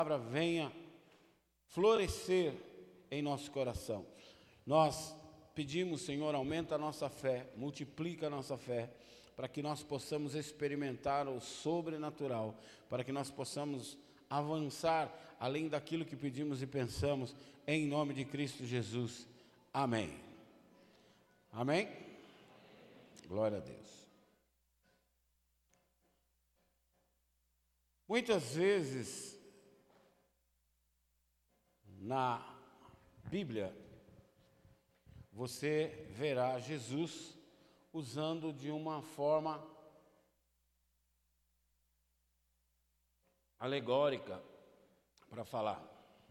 palavra venha florescer em nosso coração. Nós pedimos, Senhor, aumenta a nossa fé, multiplica a nossa fé, para que nós possamos experimentar o sobrenatural, para que nós possamos avançar além daquilo que pedimos e pensamos, em nome de Cristo Jesus. Amém. Amém? Glória a Deus. Muitas vezes, na Bíblia, você verá Jesus usando de uma forma alegórica para falar.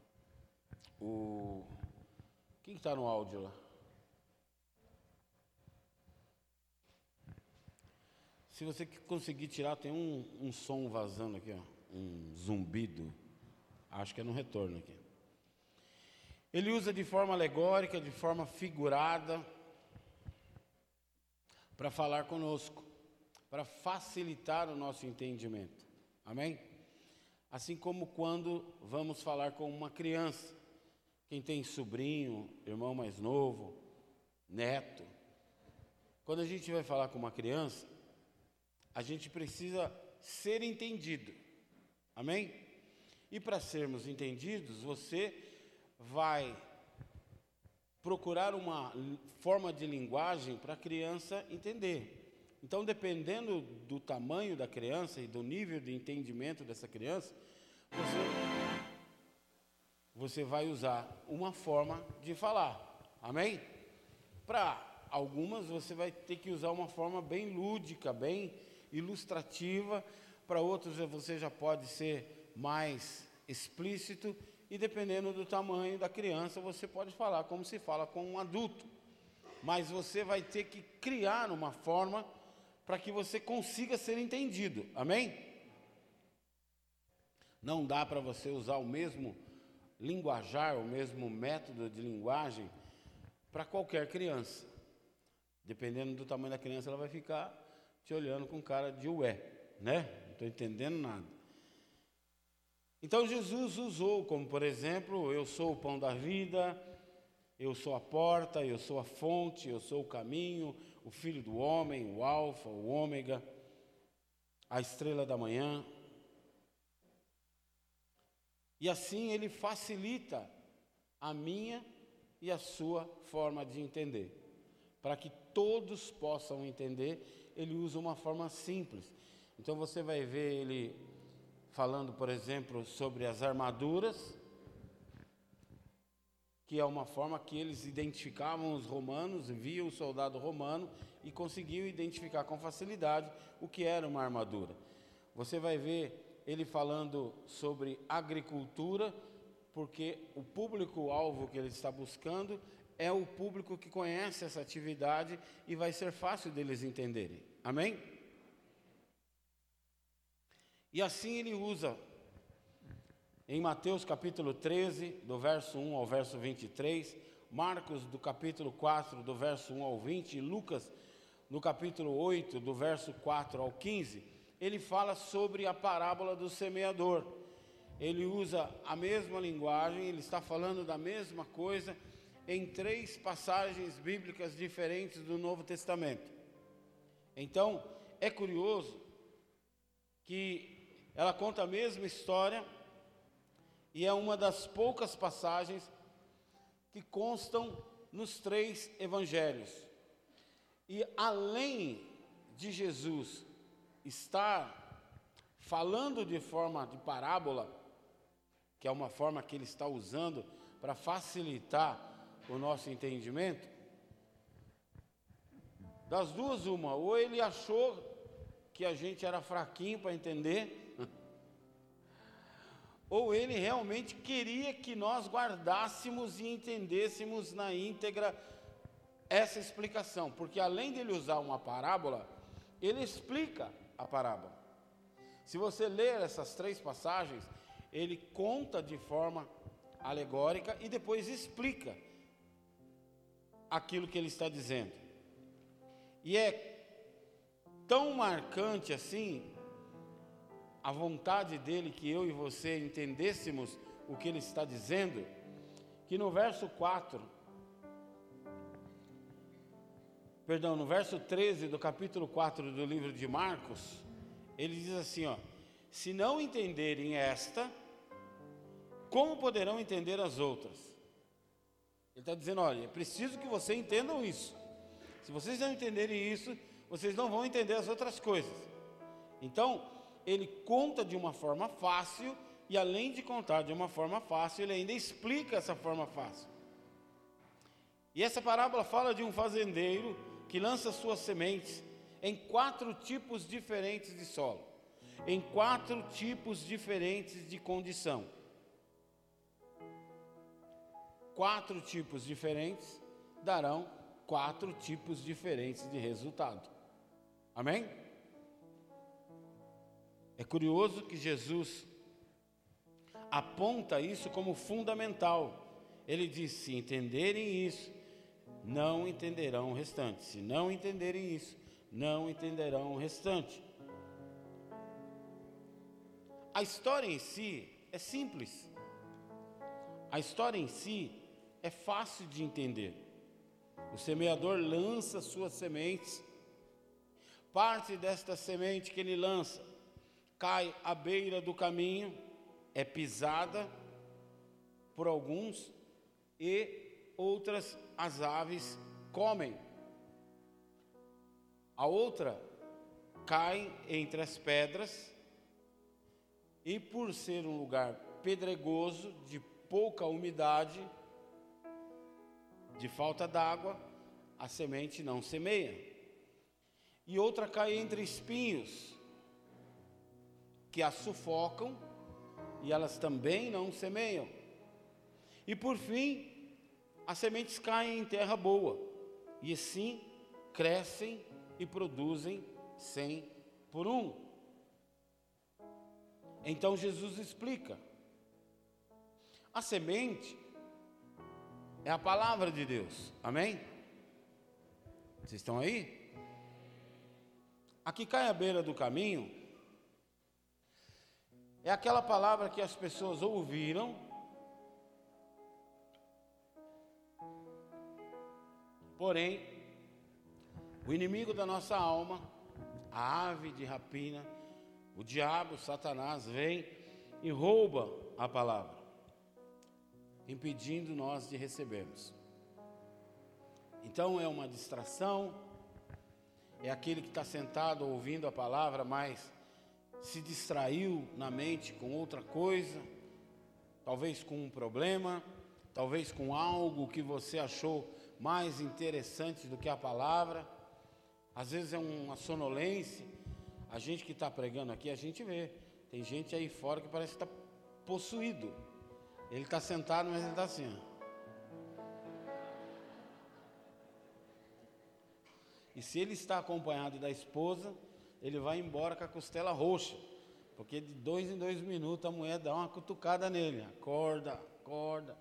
Quem está no áudio lá? Se você conseguir tirar, tem um som vazando aqui, ó, um zumbido. Acho que é no retorno aqui. Ele usa de forma alegórica, de forma figurada, para falar conosco, para facilitar o nosso entendimento. Amém? Assim como quando vamos falar com uma criança, quem tem sobrinho, irmão mais novo, neto. Quando a gente vai falar com uma criança, a gente precisa ser entendido. Amém? E para sermos entendidos, você vai procurar uma forma de linguagem para a criança entender. Então, dependendo do tamanho da criança e do nível de entendimento dessa criança, você vai usar uma forma de falar. Amém? Para algumas, você vai ter que usar uma forma bem lúdica, bem ilustrativa. Para outros, você já pode ser mais explícito. E dependendo do tamanho da criança, você pode falar como se fala com um adulto. Mas você vai ter que criar uma forma para que você consiga ser entendido. Amém? Não dá para você usar o mesmo linguajar, o mesmo método de linguagem para qualquer criança. Dependendo do tamanho da criança, ela vai ficar te olhando com cara de ué, né? Não estou entendendo nada. Então Jesus usou, como por exemplo, eu sou o pão da vida, eu sou a porta, eu sou a fonte, eu sou o caminho, o filho do homem, o alfa, o ômega, a estrela da manhã. E assim ele facilita a minha e a sua forma de entender. Para que todos possam entender, ele usa uma forma simples. Então você vai ver ele falando, por exemplo, sobre as armaduras, que é uma forma que eles identificavam os romanos, viam o soldado romano e conseguiam identificar com facilidade o que era uma armadura. Você vai ver ele falando sobre agricultura, porque o público-alvo que ele está buscando é o público que conhece essa atividade e vai ser fácil deles entenderem. Amém? E assim ele usa, em Mateus capítulo 13, do verso 1 ao verso 23, Marcos do capítulo 4, do verso 1 ao 20, e Lucas no capítulo 8, do verso 4 ao 15, ele fala sobre a parábola do semeador. Ele usa a mesma linguagem, ele está falando da mesma coisa em 3 passagens bíblicas diferentes do Novo Testamento. Então, é curioso que ela conta a mesma história e é uma das poucas passagens que constam nos 3 evangelhos. E além de Jesus estar falando de forma de parábola, que é uma forma que ele está usando para facilitar o nosso entendimento, das duas uma, ou ele achou que a gente era fraquinho para entender, ou ele realmente queria que nós guardássemos e entendêssemos na íntegra essa explicação, porque além de ele usar uma parábola, ele explica a parábola. Se você ler essas 3 passagens, ele conta de forma alegórica e depois explica aquilo que ele está dizendo. E é tão marcante assim a vontade dele que eu e você entendêssemos o que ele está dizendo, que no verso 13 do capítulo 4 do livro de Marcos, ele diz assim, ó: se não entenderem esta, como poderão entender as outras? Ele está dizendo, olha, é preciso que vocês entendam isso. Se vocês não entenderem isso, vocês não vão entender as outras coisas. Então, ele conta de uma forma fácil, e além de contar de uma forma fácil, ele ainda explica essa forma fácil. E essa parábola fala de um fazendeiro que lança suas sementes em 4 tipos diferentes de solo, em 4 tipos diferentes de condição. 4 tipos diferentes darão 4 tipos diferentes de resultado. Amém? É curioso que Jesus aponta isso como fundamental. Ele diz, se entenderem isso, não entenderão o restante. Se não entenderem isso, não entenderão o restante. A história em si é simples. A história em si é fácil de entender. O semeador lança suas sementes. Parte desta semente que ele lança cai à beira do caminho, é pisada por alguns e outras as aves comem. A outra cai entre as pedras e, por ser um lugar pedregoso, de pouca umidade, de falta d'água, a semente não semeia. E outra cai entre espinhos, que a sufocam, e elas também não semeiam. E por fim, as sementes caem em terra boa, e assim crescem e produzem 100 por 1. Então Jesus explica. A semente é a palavra de Deus, amém? Vocês estão aí? A que cai à beira do caminho é aquela palavra que as pessoas ouviram, porém, o inimigo da nossa alma, a ave de rapina, o diabo, Satanás, vem e rouba a palavra, impedindo nós de recebermos. Então é uma distração, é aquele que está sentado ouvindo a palavra, mas se distraiu na mente com outra coisa, talvez com um problema, talvez com algo que você achou mais interessante do que a palavra. Às vezes é uma sonolência. A gente que está pregando aqui, a gente vê, tem gente aí fora que parece que está possuído. Ele está sentado, mas ele está assim, ó. E se ele está acompanhado da esposa, ele vai embora com a costela roxa, porque de 2 em 2 minutos a mulher dá uma cutucada nele, acorda, acorda.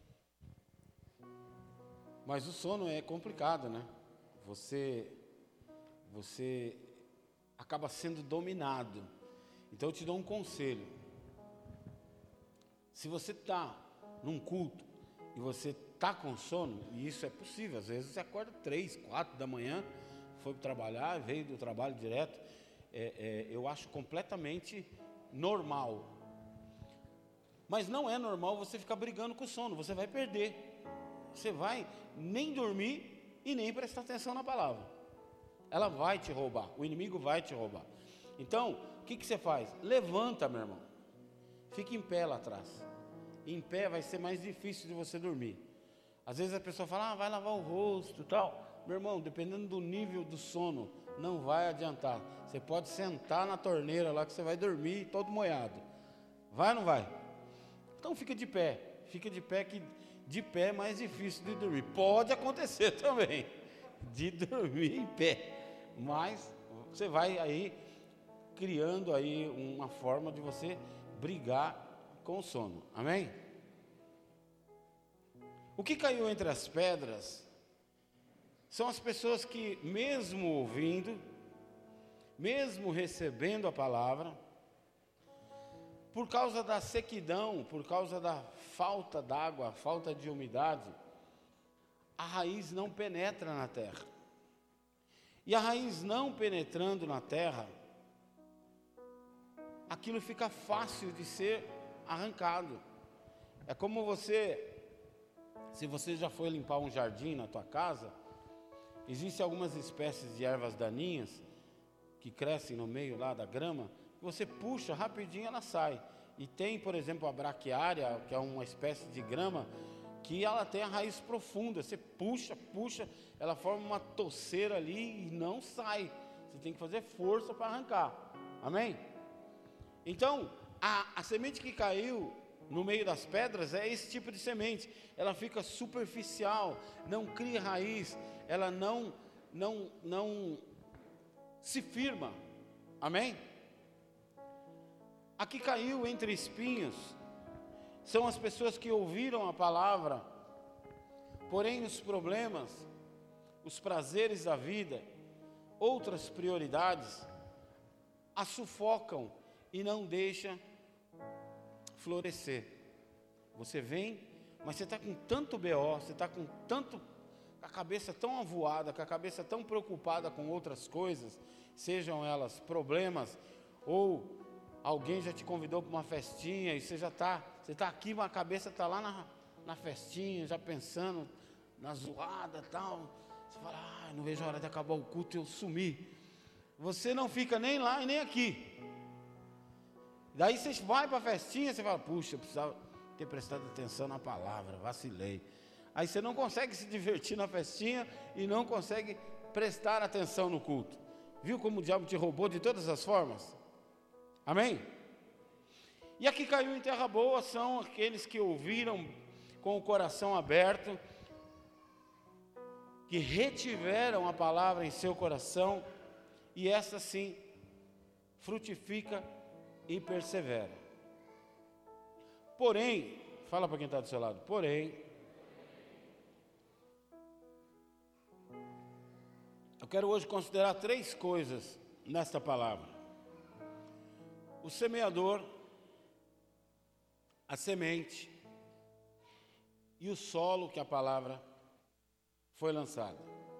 Mas o sono é complicado, né? Você acaba sendo dominado. Então eu te dou um conselho. Se você está num culto e você está com sono, e isso é possível, às vezes você acorda 3, 4 da manhã, foi trabalhar, veio do trabalho direto, eu acho completamente normal. Mas não é normal você ficar brigando com o sono, você vai perder. Você vai nem dormir e nem prestar atenção na palavra. Ela vai te roubar, o inimigo vai te roubar. Então, o que você faz? Levanta, meu irmão. Fica em pé lá atrás. Em pé vai ser mais difícil de você dormir. Às vezes a pessoa fala, vai lavar o rosto e tal. Meu irmão, dependendo do nível do sono, não vai adiantar. Você pode sentar na torneira lá que você vai dormir todo molhado. Vai ou não vai? Então fica de pé que de pé é mais difícil de dormir. Pode acontecer também, de dormir em pé, mas você vai aí criando aí uma forma de você brigar com o sono, amém? O que caiu entre as pedras são as pessoas que, mesmo ouvindo, mesmo recebendo a palavra, por causa da sequidão, por causa da falta d'água, falta de umidade, a raiz não penetra na terra. E a raiz não penetrando na terra, aquilo fica fácil de ser arrancado. É como se você já foi limpar um jardim na tua casa, existem algumas espécies de ervas daninhas que crescem no meio lá da grama, você puxa rapidinho, ela sai. E tem, por exemplo, a braquiária, que é uma espécie de grama, que ela tem a raiz profunda. Você puxa, ela forma uma toceira ali e não sai. Você tem que fazer força para arrancar. Amém? Então, a semente que caiu no meio das pedras é esse tipo de semente. Ela fica superficial, não cria raiz, ela não se firma. Amém? A que caiu entre espinhos são as pessoas que ouviram a palavra, porém os problemas, os prazeres da vida, outras prioridades, a sufocam e não deixam florescer. Você vem, mas você está com tanto BO, você está com a cabeça tão avoada, com a cabeça tão preocupada com outras coisas, sejam elas problemas, ou alguém já te convidou para uma festinha, e você está aqui, mas a cabeça está lá na festinha, já pensando na zoada e tal. Você fala, não vejo a hora de acabar o culto e eu sumir. Você não fica nem lá e nem aqui. Daí você vai para a festinha, você fala, puxa, eu precisava ter prestado atenção na palavra, vacilei. Aí você não consegue se divertir na festinha e não consegue prestar atenção no culto. Viu como o diabo te roubou de todas as formas? Amém? E a que caiu em terra boa são aqueles que ouviram com o coração aberto, que retiveram a palavra em seu coração, e essa sim frutifica e persevera. Porém, fala para quem está do seu lado, porém, eu quero hoje considerar 3 coisas nesta palavra: o semeador, a semente e o solo que a palavra foi lançada.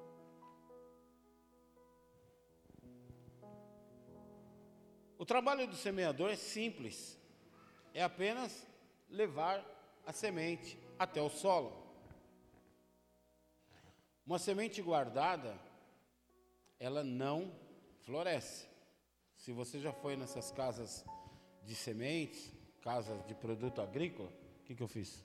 O trabalho do semeador é simples, é apenas levar a semente até o solo. Uma semente guardada, ela não floresce. Se você já foi nessas casas de sementes, casas de produto agrícola, o que eu fiz?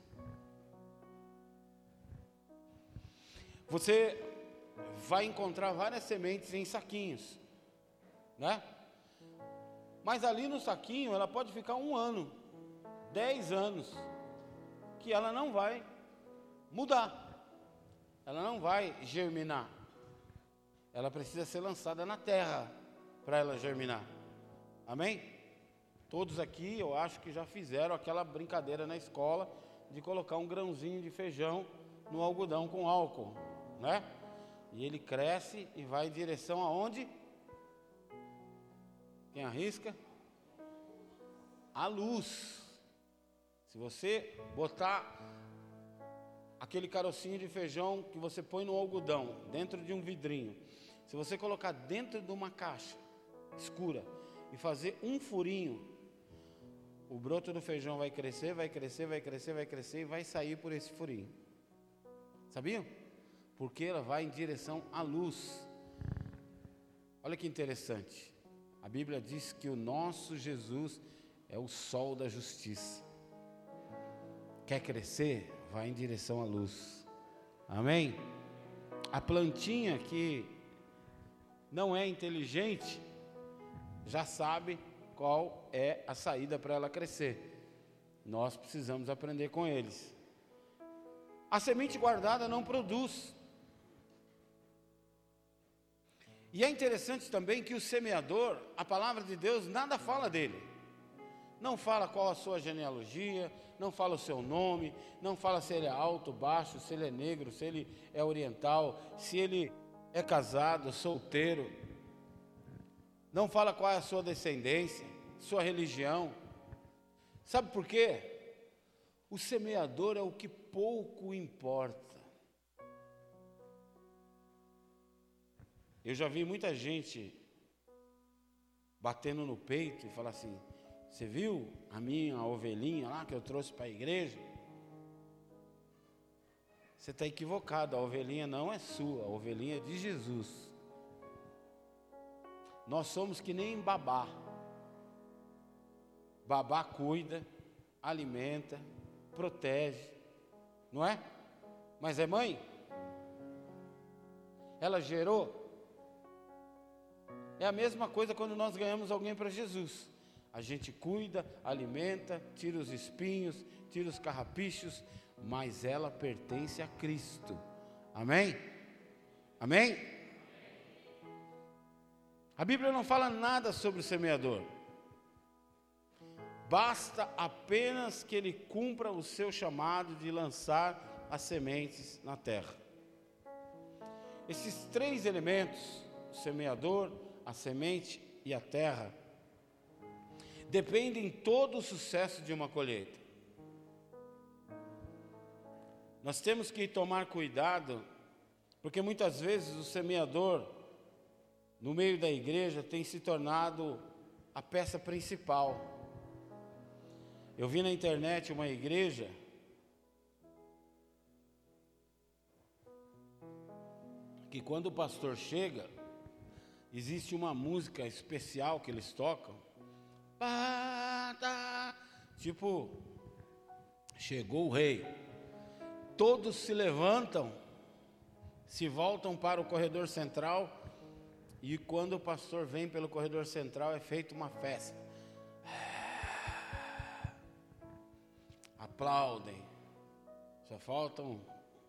Você vai encontrar várias sementes em saquinhos, né? Mas ali no saquinho ela pode ficar 1 ano, 10 anos, que ela não vai mudar, ela não vai germinar. Ela precisa ser lançada na terra para ela germinar. Amém? Todos aqui eu acho que já fizeram aquela brincadeira na escola de colocar um grãozinho de feijão no algodão com álcool, né? E ele cresce e vai em direção aonde? Quem arrisca? A luz. Se você botar aquele carocinho de feijão que você põe no algodão, dentro de um vidrinho, se você colocar dentro de uma caixa escura e fazer um furinho, o broto do feijão vai crescer, vai crescer, vai crescer, vai crescer e vai sair por esse furinho. Sabiam? Porque ela vai em direção à luz. Olha que interessante. A Bíblia diz que o nosso Jesus é o sol da justiça. Quer crescer? Vai em direção à luz. Amém? A plantinha que não é inteligente já sabe qual é a saída para ela crescer. Nós precisamos aprender com eles. A semente guardada não produz. E é interessante também que o semeador, a palavra de Deus, nada fala dele. Não fala qual a sua genealogia, não fala o seu nome, não fala se ele é alto, baixo, se ele é negro, se ele é oriental, se ele é casado, solteiro. Não fala qual é a sua descendência, sua religião. Sabe por quê? O semeador é o que pouco importa. Eu já vi muita gente batendo no peito e falar assim: você viu a minha ovelhinha lá que eu trouxe para a igreja? Você está equivocado, a ovelhinha não é sua, a ovelhinha é de Jesus. Nós somos que nem babá. Babá cuida, alimenta, protege, não é? Mas é mãe? Ela gerou? É a mesma coisa quando nós ganhamos alguém para Jesus. A gente cuida, alimenta, tira os espinhos, tira os carrapichos, mas ela pertence a Cristo. Amém? Amém? A Bíblia não fala nada sobre o semeador. Basta apenas que ele cumpra o seu chamado de lançar as sementes na terra. Esses três elementos, o semeador, a semente e a terra, dependem todo o sucesso de uma colheita. Nós temos que tomar cuidado, porque muitas vezes o semeador, no meio da igreja, tem se tornado a peça principal. Eu vi na internet uma igreja que quando o pastor chega, existe uma música especial que eles tocam. Tipo, chegou o rei. Todos se levantam, se voltam para o corredor central, e quando o pastor vem pelo corredor central é feita uma festa. Aplaudem. Só faltam.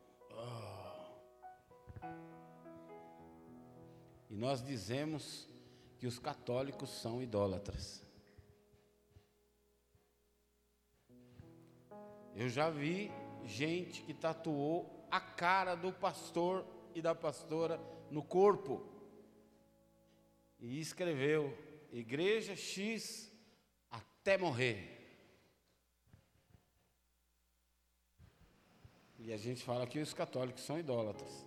E nós dizemos que os católicos são idólatras. Eu já vi gente que tatuou a cara do pastor e da pastora no corpo e escreveu: Igreja X até morrer. E a gente fala que os católicos são idólatras.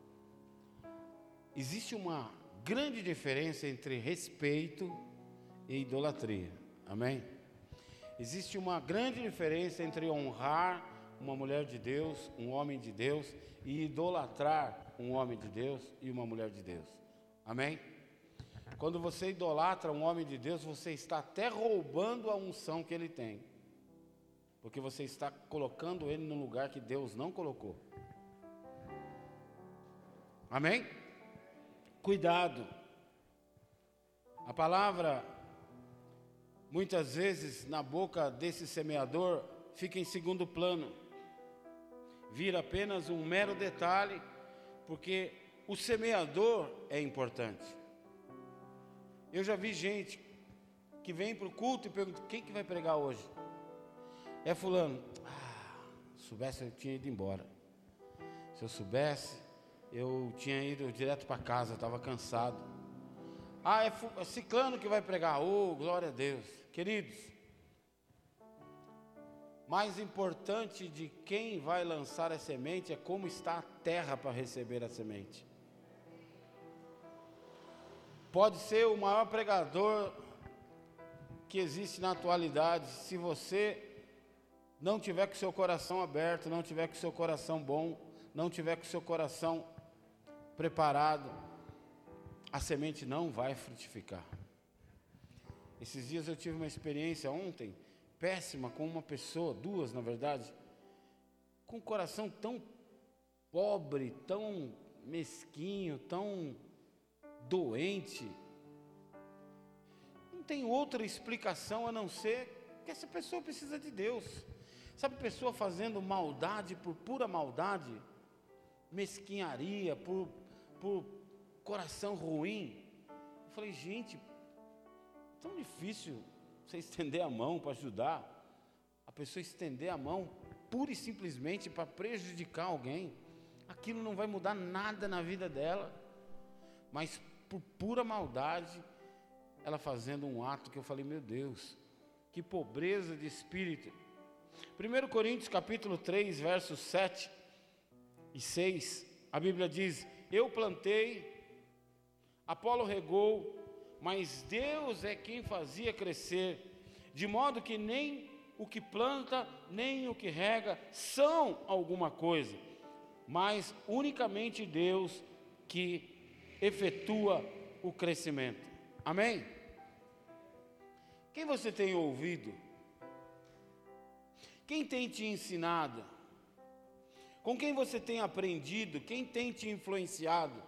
Existe uma grande diferença entre respeito e idolatria. Amém? Existe uma grande diferença entre honrar uma mulher de Deus, um homem de Deus, e idolatrar um homem de Deus e uma mulher de Deus. Amém? Quando você idolatra um homem de Deus, você está até roubando a unção que ele tem, porque você está colocando ele num lugar que Deus não colocou. Amém? Cuidado. A palavra, muitas vezes, na boca desse semeador, fica em segundo plano. Vira apenas um mero detalhe, porque o semeador é importante. Eu já vi gente que vem para o culto e pergunta: quem que vai pregar hoje? É fulano. Soubesse eu tinha ido embora. Se eu soubesse, eu tinha ido direto para casa, estava cansado. É ciclano que vai pregar. Glória a Deus. Queridos, mais importante de quem vai lançar a semente é como está a terra para receber a semente. Pode ser o maior pregador que existe na atualidade, se você não tiver com o seu coração aberto, não tiver com o seu coração bom, não tiver com o seu coração preparado, a semente não vai frutificar. Esses dias eu tive uma experiência ontem, péssima, com uma pessoa, duas na verdade, com um coração tão pobre, tão mesquinho, tão doente. Não tem outra explicação a não ser que essa pessoa precisa de Deus. Sabe, pessoa fazendo maldade por pura maldade, mesquinharia, por coração ruim. Eu falei: gente, tão difícil você estender a mão para ajudar, a pessoa estender a mão pura e simplesmente para prejudicar alguém. Aquilo não vai mudar nada na vida dela, mas por pura maldade, ela fazendo um ato que eu falei: meu Deus, que pobreza de espírito. 1 Coríntios capítulo 3, versos 7 e 6, a Bíblia diz: eu plantei, Apolo regou, mas Deus é quem fazia crescer, de modo que nem o que planta, nem o que rega são alguma coisa, mas unicamente Deus que efetua o crescimento. Amém? Quem você tem ouvido? Quem tem te ensinado? Com quem você tem aprendido? Quem tem te influenciado?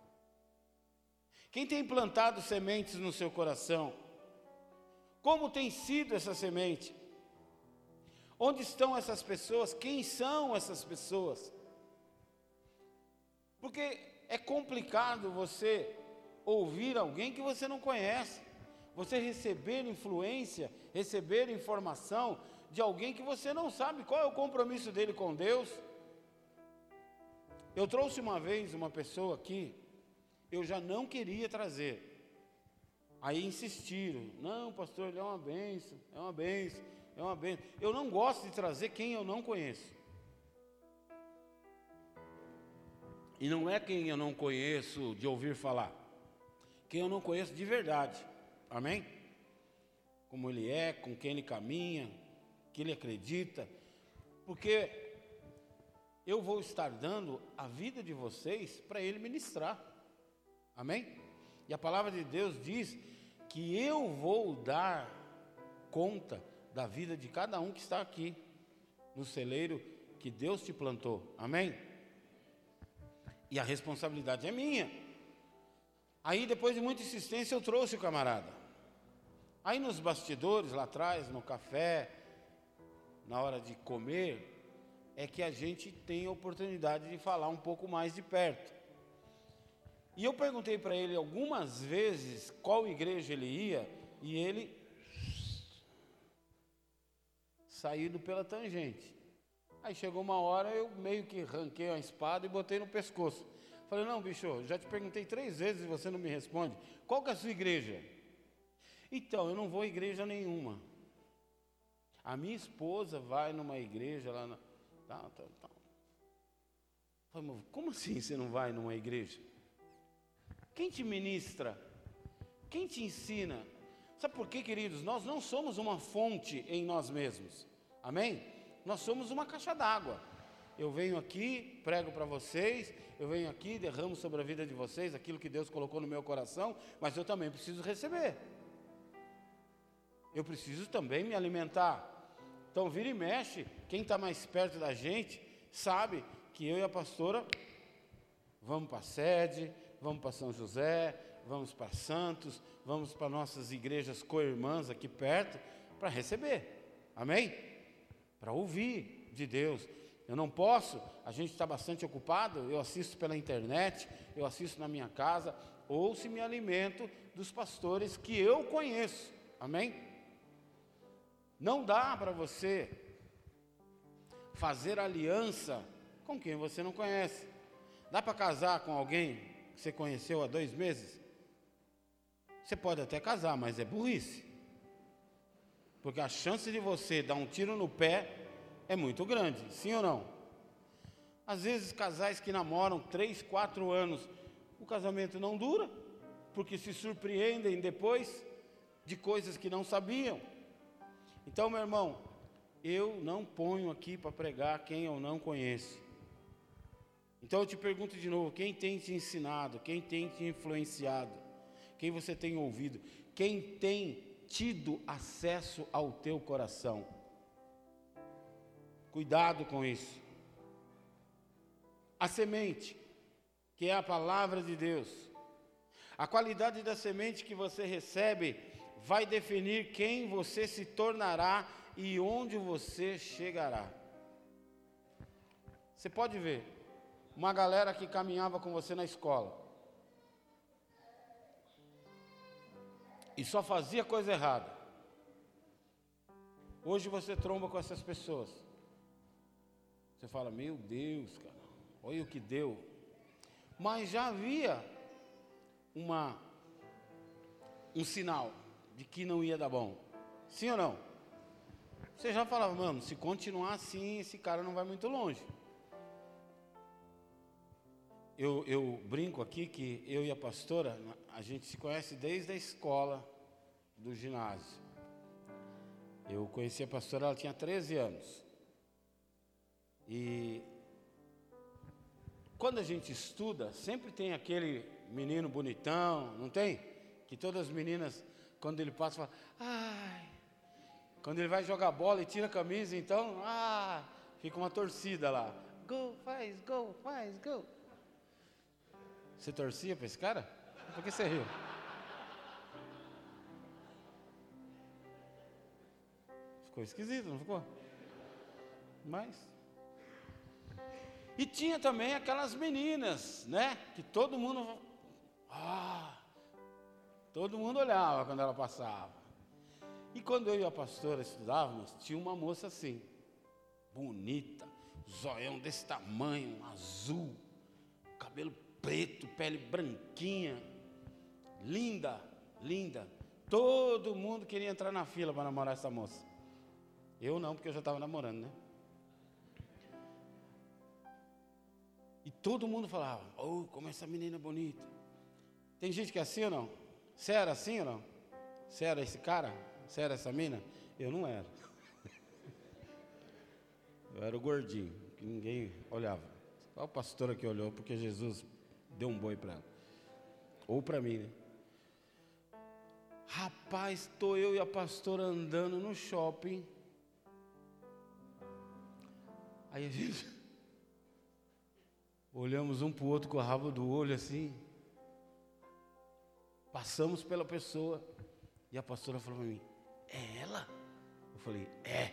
Quem tem plantado sementes no seu coração? Como tem sido essa semente? Onde estão essas pessoas? Quem são essas pessoas? Porque é complicado você ouvir alguém que você não conhece, você receber influência, receber informação de alguém que você não sabe qual é o compromisso dele com Deus. Eu trouxe uma vez uma pessoa aqui, eu já não queria trazer. Aí insistiram: não, pastor, ele é uma bênção, é uma bênção, é uma bênção. Eu não gosto de trazer quem eu não conheço. E não é quem eu não conheço de ouvir falar, quem eu não conheço de verdade. Amém? Como ele é, com quem ele caminha, que ele acredita, porque eu vou estar dando a vida de vocês para ele ministrar. Amém? E a palavra de Deus diz que eu vou dar conta da vida de cada um que está aqui no celeiro que Deus te plantou. Amém? E a responsabilidade é minha. Aí, depois de muita insistência, eu trouxe o camarada. Aí nos bastidores, lá atrás, no café, na hora de comer, é que a gente tem a oportunidade de falar um pouco mais de perto. E eu perguntei para ele algumas vezes qual igreja ele ia, e ele saído pela tangente. Aí chegou uma hora, eu meio que arranquei a espada e botei no pescoço. Falei: não, bicho, já te perguntei 3 vezes e você não me responde. Qual que é a sua igreja? Então, eu não vou a igreja nenhuma. A minha esposa vai numa igreja lá na... Falei: mas como assim você não vai numa igreja? Quem te ministra? Quem te ensina? Sabe por quê, queridos? Nós não somos uma fonte em nós mesmos. Amém? Nós somos uma caixa d'água. Eu venho aqui, prego para vocês, eu venho aqui, derramo sobre a vida de vocês aquilo que Deus colocou no meu coração, mas eu também preciso receber. Eu preciso também me alimentar. Então, vira e mexe, quem está mais perto da gente sabe que eu e a pastora vamos para a sede, vamos para São José, vamos para Santos, vamos para nossas igrejas co-irmãs aqui perto, para receber. Amém? Para ouvir de Deus. Eu não posso, a gente está bastante ocupado, eu assisto pela internet, eu assisto na minha casa, ou se me alimento dos pastores que eu conheço. Amém? Não dá para você fazer aliança com quem você não conhece. Dá para casar com alguém que você conheceu há 2 meses? Você pode até casar, mas é burrice. Porque a chance de você dar um tiro no pé é muito grande, sim ou não? Às vezes casais que namoram 3, 4 anos, o casamento não dura, porque se surpreendem depois de coisas que não sabiam. Então, meu irmão, eu não ponho aqui para pregar quem eu não conheço. Então eu te pergunto de novo: quem tem te ensinado? Quem tem te influenciado? Quem você tem ouvido? Quem tem tido acesso ao teu coração? Cuidado com isso. A semente, que é a palavra de Deus, a qualidade da semente que você recebe vai definir quem você se tornará e onde você chegará. Você pode ver uma galera que caminhava com você na escola e só fazia coisa errada. Hoje você tromba com essas pessoas. Você fala: meu Deus, cara, olha o que deu. Mas já havia um sinal de que não ia dar bom. Sim ou não? você já falava, mano, se continuar assim, esse cara não vai muito longe. Eu brinco aqui que eu e a pastora, a gente se conhece desde a escola do ginásio. Eu conheci a pastora, ela tinha 13 anos. E quando a gente estuda, sempre tem aquele menino bonitão, não tem? Que todas as meninas, quando ele passa, falam, ai. Quando ele vai jogar bola e tira a camisa, então, fica uma torcida lá. Gol, faz, gol, faz, gol. Você torcia para esse cara? Por que você riu? Ficou esquisito, não ficou? Mas... E tinha também aquelas meninas, né? Que todo mundo... todo mundo olhava quando ela passava. E quando eu e a pastora estudávamos, tinha uma moça assim, bonita, zoião desse tamanho, azul, cabelo preto, pele branquinha, linda, linda. Todo mundo queria entrar na fila para namorar essa moça. Eu não, porque eu já estava namorando, né? E todo mundo falava, como essa menina é bonita. Tem gente que é assim ou não? Você era assim ou não? Você era esse cara? Você era essa mina? Eu não era. Eu era o gordinho, que ninguém olhava. Só a pastora que olhou, porque Jesus deu um boi para ela. Ou para mim, né? Rapaz, estou eu e a pastora andando no shopping. Aí a gente olhamos um para o outro com o rabo do olho assim. Passamos pela pessoa. E a pastora falou para mim, é ela? Eu falei, é.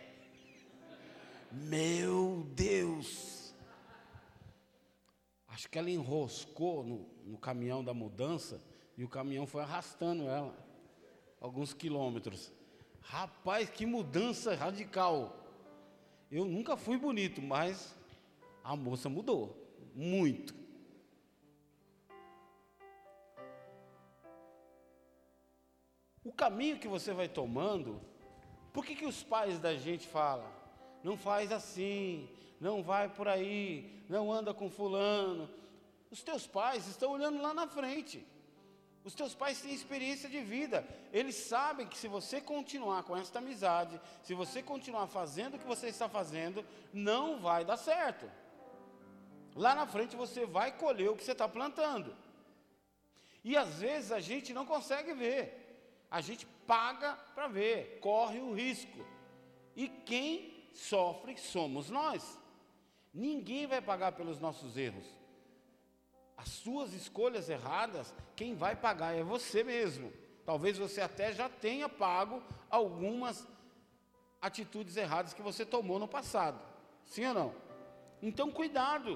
Meu Deus! Acho que ela enroscou no caminhão da mudança e o caminhão foi arrastando ela alguns quilômetros. Rapaz, que mudança radical! Eu nunca fui bonito, mas a moça mudou muito. O caminho que você vai tomando, por que os pais da gente falam? Não faz assim, não vai por aí, não anda com fulano. Os teus pais estão olhando lá na frente. Os teus pais têm experiência de vida. Eles sabem que se você continuar com esta amizade, se você continuar fazendo o que você está fazendo, não vai dar certo. Lá na frente você vai colher o que você está plantando. E às vezes a gente não consegue ver. A gente paga para ver, corre o risco. E quem sofre somos nós. Ninguém vai pagar pelos nossos erros. As suas escolhas erradas, quem vai pagar é você mesmo. Talvez você até já tenha pago algumas atitudes erradas que você tomou no passado. Sim ou não? Então cuidado.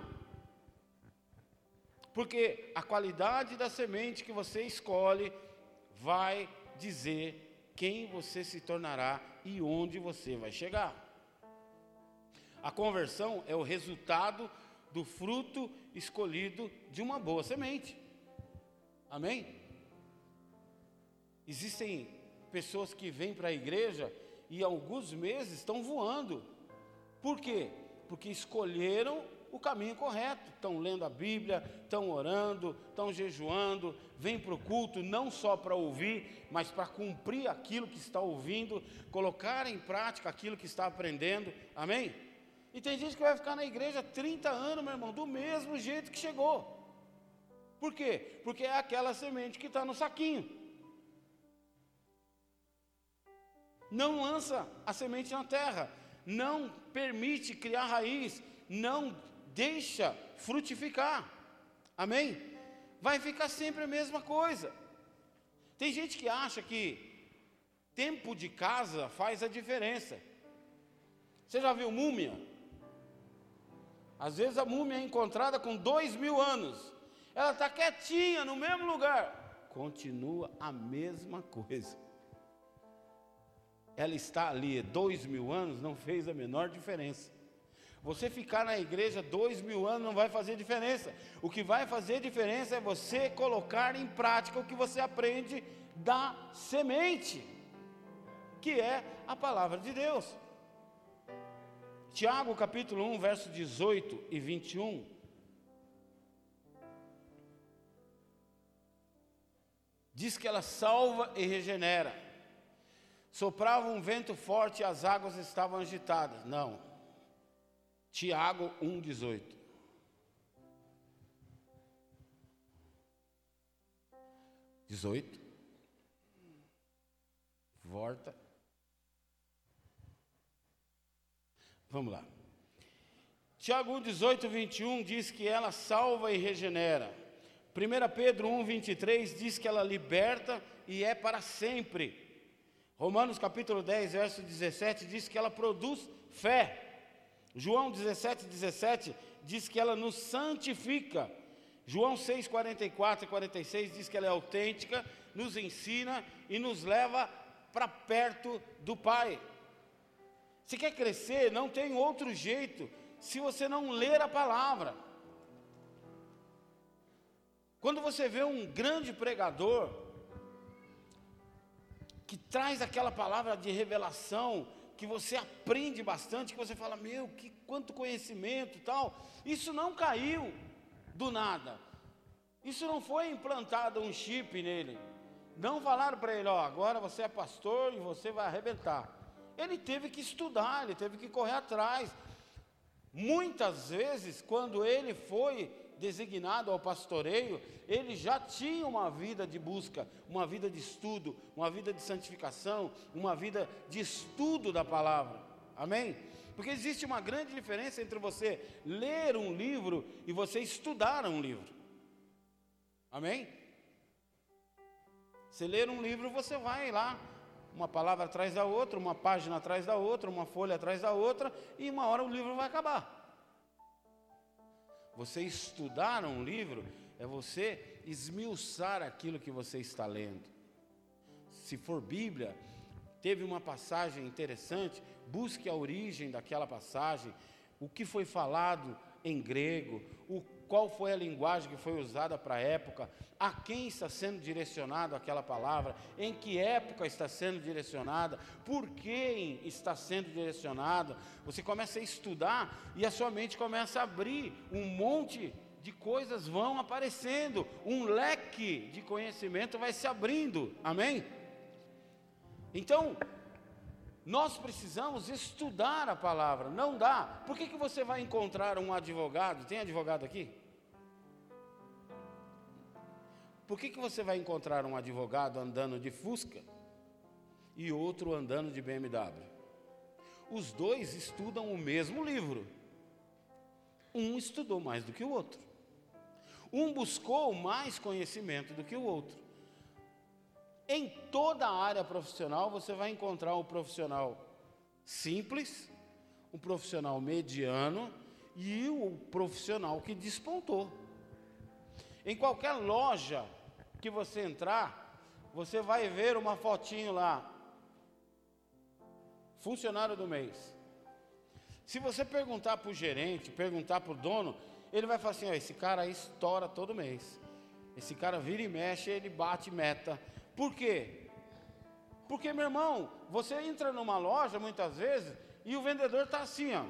Porque a qualidade da semente que você escolhe vai dizer quem você se tornará e onde você vai chegar. A conversão é o resultado do fruto escolhido de uma boa semente. Amém? Existem pessoas que vêm para a igreja e alguns meses estão voando. Por quê? Porque escolheram o caminho correto. Estão lendo a Bíblia, estão orando, estão jejuando, vêm para o culto não só para ouvir, mas para cumprir aquilo que está ouvindo, colocar em prática aquilo que está aprendendo. Amém? E tem gente que vai ficar na igreja 30 anos, meu irmão, do mesmo jeito que chegou. Por quê? Porque é aquela semente que está no saquinho. Não lança a semente na terra, não permite criar raiz, não deixa frutificar. Amém? Vai ficar sempre a mesma coisa. Tem gente que acha que tempo de casa faz a diferença. Você já viu múmia? Às vezes a múmia é encontrada com 2000 anos. Ela está quietinha no mesmo lugar. Continua a mesma coisa. Ela está ali 2000 anos, não fez a menor diferença. Você ficar na igreja 2000 anos não vai fazer diferença. O que vai fazer diferença é você colocar em prática o que você aprende da semente, que é a palavra de Deus. Tiago capítulo 1, verso 18 e 21. Diz que ela salva e regenera. Soprava um vento forte e as águas estavam agitadas. Não. Tiago 1, 18. 18. Volta. Vamos lá. Tiago 1, 18, 21 diz que ela salva e regenera. 1 Pedro 1, 23 diz que ela liberta e é para sempre. Romanos capítulo 10, verso 17 diz que ela produz fé. João 17, 17 diz que ela nos santifica. João 6, 44 e 46 diz que ela é autêntica, nos ensina e nos leva para perto do Pai. Se quer crescer, não tem outro jeito se você não ler a palavra. Quando você vê um grande pregador que traz aquela palavra de revelação, que você aprende bastante, que você fala, meu, quanto conhecimento e tal, isso não caiu do nada. Isso não foi implantado um chip nele. Não falaram para ele, ó, agora você é pastor e você vai arrebentar. Ele teve que estudar, ele teve que correr atrás. Muitas vezes, quando ele foi designado ao pastoreio, ele já tinha uma vida de busca, uma vida de estudo, uma vida de santificação, uma vida de estudo da palavra. Amém? Porque existe uma grande diferença entre você ler um livro e você estudar um livro. Amém? Você ler um livro, você vai lá, uma palavra atrás da outra, uma página atrás da outra, uma folha atrás da outra, e uma hora o livro vai acabar. Você estudar um livro é você esmiuçar aquilo que você está lendo. Se for Bíblia, teve uma passagem interessante, busque a origem daquela passagem, o que foi falado em grego, qual foi a linguagem que foi usada para a época, a quem está sendo direcionada aquela palavra, em que época está sendo direcionada, por quem está sendo direcionada. Você começa a estudar e a sua mente começa a abrir, um monte de coisas vão aparecendo, um leque de conhecimento vai se abrindo, amém? Então, nós precisamos estudar a palavra, não dá. Por que você vai encontrar um advogado? Tem advogado aqui? Por que você vai encontrar um advogado andando de Fusca e outro andando de BMW? Os dois estudam o mesmo livro. Um estudou mais do que o outro. Um buscou mais conhecimento do que o outro. Em toda a área profissional, você vai encontrar um profissional simples, um profissional mediano e o profissional que despontou. Em qualquer loja que você entrar, você vai ver uma fotinho lá, funcionário do mês. Se você perguntar para o gerente, perguntar para o dono, ele vai falar assim, ó, esse cara aí estoura todo mês. Esse cara vira e mexe, ele bate meta. Por quê? Porque, meu irmão, você entra numa loja muitas vezes e o vendedor está assim, ó,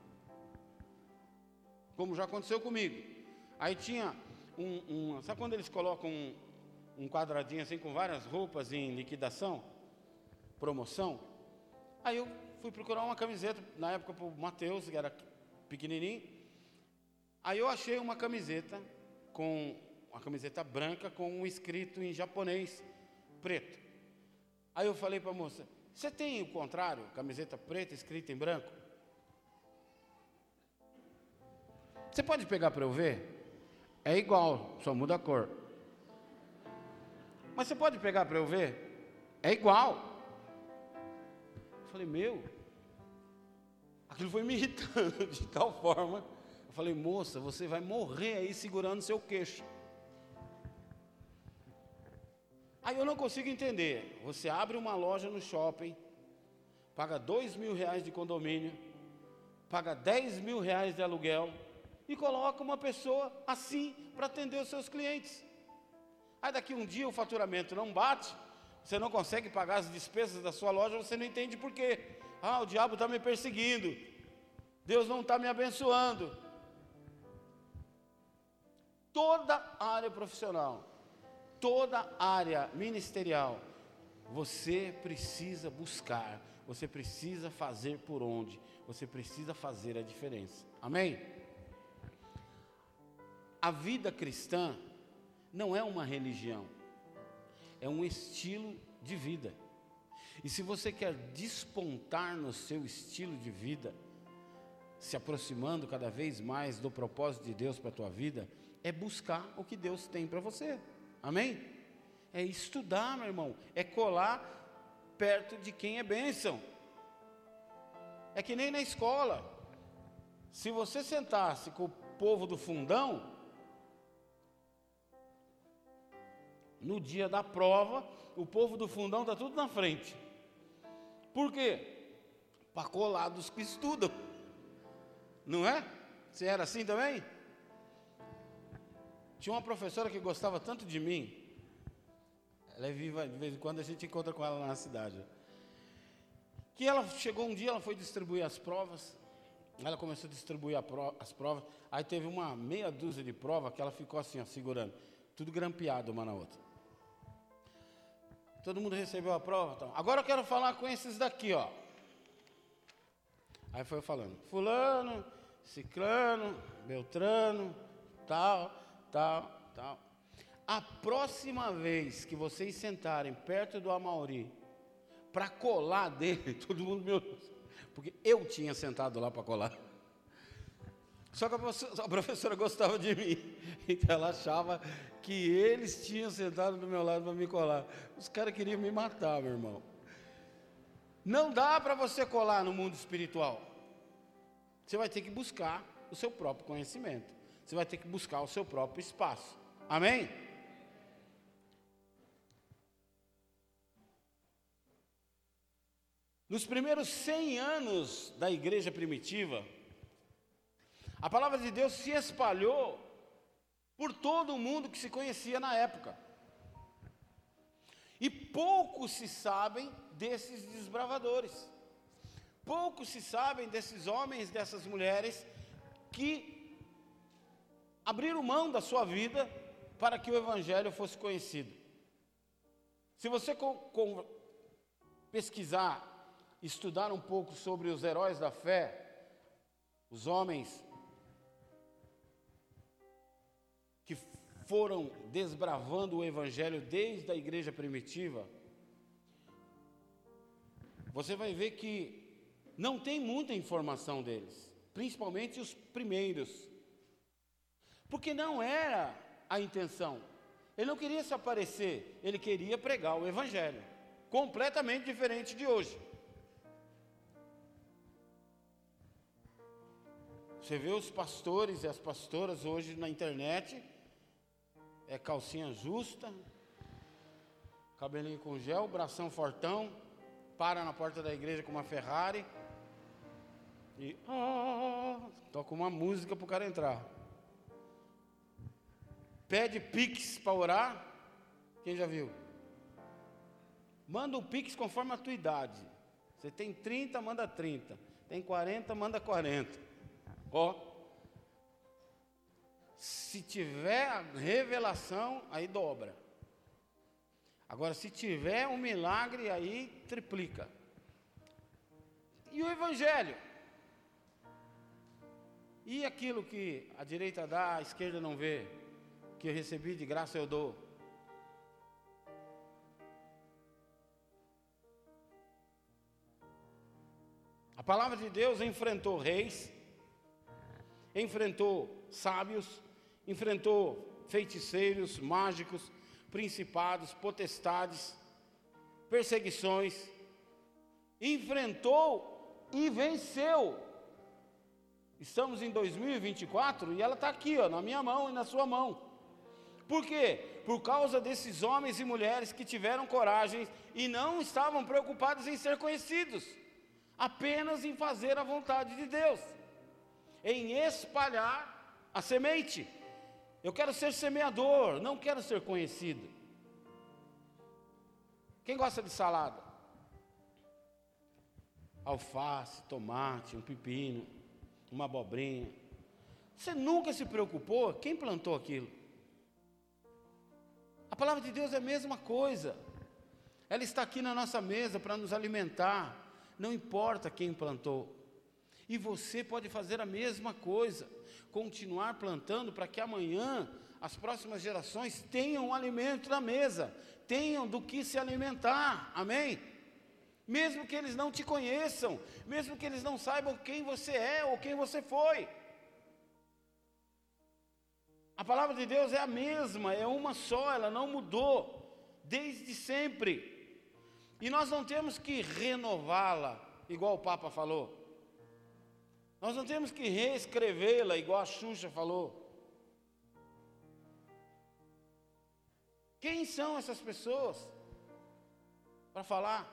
como já aconteceu comigo. Aí tinha sabe quando eles colocam um quadradinho assim com várias roupas em liquidação, promoção? Aí eu fui procurar uma camiseta, na época para o Mateus, que era pequenininho. Aí eu achei uma camiseta branca com um escrito em japonês, preto. Aí eu falei para a moça, você tem o contrário, camiseta preta escrita em branco? Você pode pegar para eu ver? É igual, só muda a cor. Mas você pode pegar para eu ver? É igual. Eu falei, meu, aquilo foi me irritando de tal forma. Eu falei, moça, você vai morrer aí segurando seu queixo. Aí eu não consigo entender. Você abre uma loja no shopping, paga R$2.000 de condomínio, paga R$10.000 de aluguel e coloca uma pessoa assim para atender os seus clientes. Aí daqui um dia o faturamento não bate, você não consegue pagar as despesas da sua loja, você não entende por quê. Ah, o diabo está me perseguindo. Deus não está me abençoando. Toda área profissional, toda área ministerial, você precisa buscar, você precisa fazer por onde, você precisa fazer a diferença. Amém? A vida cristã não é uma religião, é um estilo de vida. E se você quer despontar no seu estilo de vida, se aproximando cada vez mais do propósito de Deus para a tua vida, é buscar o que Deus tem para você. Amém? É estudar, meu irmão, é colar perto de quem é bênção. É que nem na escola. Se você sentasse com o povo do fundão, no dia da prova, o povo do fundão está tudo na frente. Por quê? Para colar dos que estudam. Não é? Você era assim também? Tinha uma professora que gostava tanto de mim. Ela é viva, de vez em quando a gente encontra com ela lá na cidade. Que ela chegou um dia, ela foi distribuir as provas. Ela começou a distribuir as provas. Aí teve uma meia dúzia de provas que ela ficou assim, ó, segurando. Tudo grampeado uma na outra. Todo mundo recebeu a prova. Então. Agora eu quero falar com esses daqui, ó. Aí foi falando. Fulano, ciclano, beltrano, tal. A próxima vez que vocês sentarem perto do Amauri, para colar dele, todo mundo me olhou, porque eu tinha sentado lá para colar. Só que a professora gostava de mim, então ela achava que eles tinham sentado do meu lado para me colar. Os caras queriam me matar, meu irmão. Não dá para você colar no mundo espiritual. Você vai ter que buscar o seu próprio conhecimento. Você vai ter que buscar o seu próprio espaço. Amém? Nos primeiros 100 anos da igreja primitiva, a palavra de Deus se espalhou por todo o mundo que se conhecia na época. E poucos se sabem desses desbravadores. Poucos se sabem desses homens, dessas mulheres que abriram mão da sua vida para que o Evangelho fosse conhecido. Se você pesquisar, estudar um pouco sobre os heróis da fé, os homens que foram desbravando o Evangelho desde a igreja primitiva, você vai ver que não tem muita informação deles, principalmente os primeiros, porque não era a intenção. Ele não queria se aparecer, ele queria pregar o Evangelho, completamente diferente de hoje. Você vê os pastores e as pastoras hoje na internet, é calcinha justa, cabelinho com gel, bração fortão, para na porta da igreja com uma Ferrari e toca uma música para o cara entrar. Pede Pix para orar. Quem já viu? Manda o Pix conforme a tua idade. Você tem 30, manda 30. Tem 40, manda 40. Ó. Se tiver a revelação, aí dobra. Agora, se tiver um milagre, aí triplica. E o Evangelho? E aquilo que a direita dá, a esquerda não vê? Que eu recebi de graça eu dou. A palavra de Deus enfrentou reis, enfrentou sábios, enfrentou feiticeiros, mágicos, principados, potestades, perseguições, enfrentou e venceu. Estamos em 2024 e ela está aqui, ó, na minha mão e na sua mão. Por quê? Por causa desses homens e mulheres que tiveram coragem e não estavam preocupados em ser conhecidos, apenas em fazer a vontade de Deus, em espalhar a semente. Eu quero ser semeador, não quero ser conhecido. Quem gosta de salada? Alface, tomate, um pepino. uma abobrinha. Você nunca se preocupou? Quem plantou aquilo? A palavra de Deus é a mesma coisa. Ela está aqui na nossa mesa para nos alimentar. Não importa quem plantou. E você pode fazer a mesma coisa. Continuar plantando para que amanhã as próximas gerações tenham um alimento na mesa. Tenham do que se alimentar. Amém? Mesmo que eles não te conheçam. Mesmo que eles não saibam quem você é ou quem você foi. A palavra de Deus é a mesma, é uma só, ela não mudou, desde sempre. E nós não temos que renová-la, igual o Papa falou. Nós não temos que reescrevê-la, igual a Xuxa falou. Quem são essas pessoas para falar?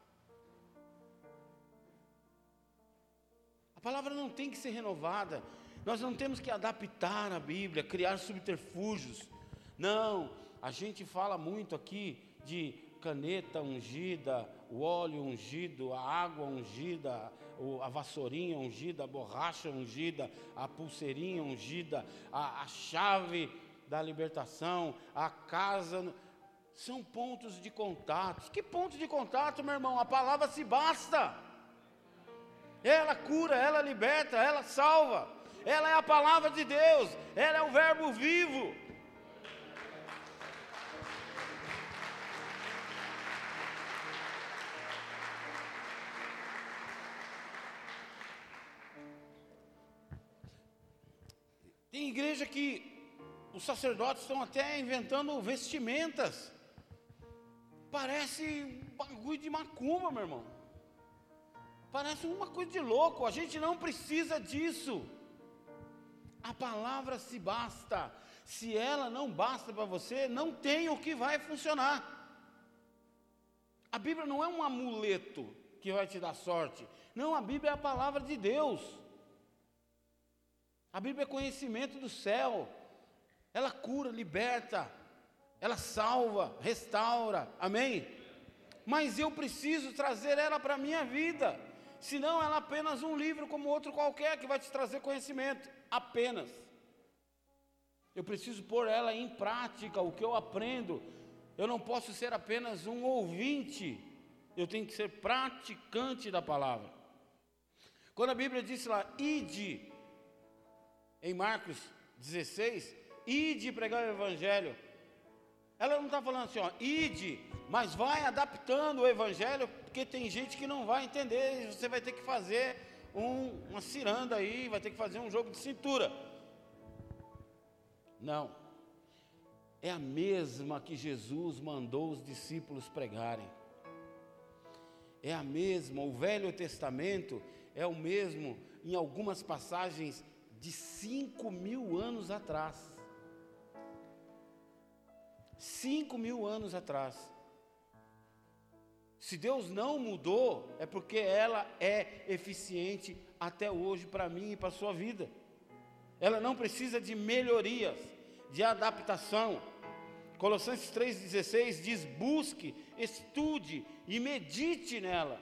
A palavra não tem que ser renovada. Nós não temos que adaptar a Bíblia, criar subterfúgios. Não, a gente fala muito aqui de caneta ungida, o óleo ungido, a água ungida, a vassourinha ungida, a borracha ungida, a pulseirinha ungida, a chave da libertação, a casa. São pontos de contato. Que ponto de contato, meu irmão? A palavra se basta. Ela cura, ela liberta, ela salva. Ela é a palavra de Deus, ela é o verbo vivo. Tem igreja que os sacerdotes estão até inventando vestimentas. Parece um bagulho de macumba, meu irmão. Parece uma coisa de louco, a gente não precisa disso. A palavra se basta. Se ela não basta para você, não tem o que vai funcionar. A Bíblia não é um amuleto que vai te dar sorte. Não, a Bíblia é a palavra de Deus. A Bíblia é conhecimento do céu. Ela cura, liberta, ela salva, restaura. Amém? Mas eu preciso trazer ela para a minha vida. Senão ela é apenas um livro como outro qualquer que vai te trazer conhecimento. Apenas. Eu preciso pôr ela em prática, o que eu aprendo. Eu não posso ser apenas um ouvinte. Eu tenho que ser praticante da palavra. Quando a Bíblia diz lá, ide, em Marcos 16, ide pregar o Evangelho. Ela não está falando assim, ó, ide, mas vai adaptando o Evangelho, porque tem gente que não vai entender, você vai ter que fazer uma ciranda aí, vai ter que fazer um jogo de cintura. Não, é a mesma que Jesus mandou os discípulos pregarem. É a mesma, o Velho Testamento é o mesmo em algumas passagens de 5.000 anos atrás. 5.000 anos atrás. Se Deus não mudou, é porque ela é eficiente até hoje para mim e para a sua vida. Ela não precisa de melhorias, de adaptação. Colossenses 3,16 diz, busque, estude e medite nela.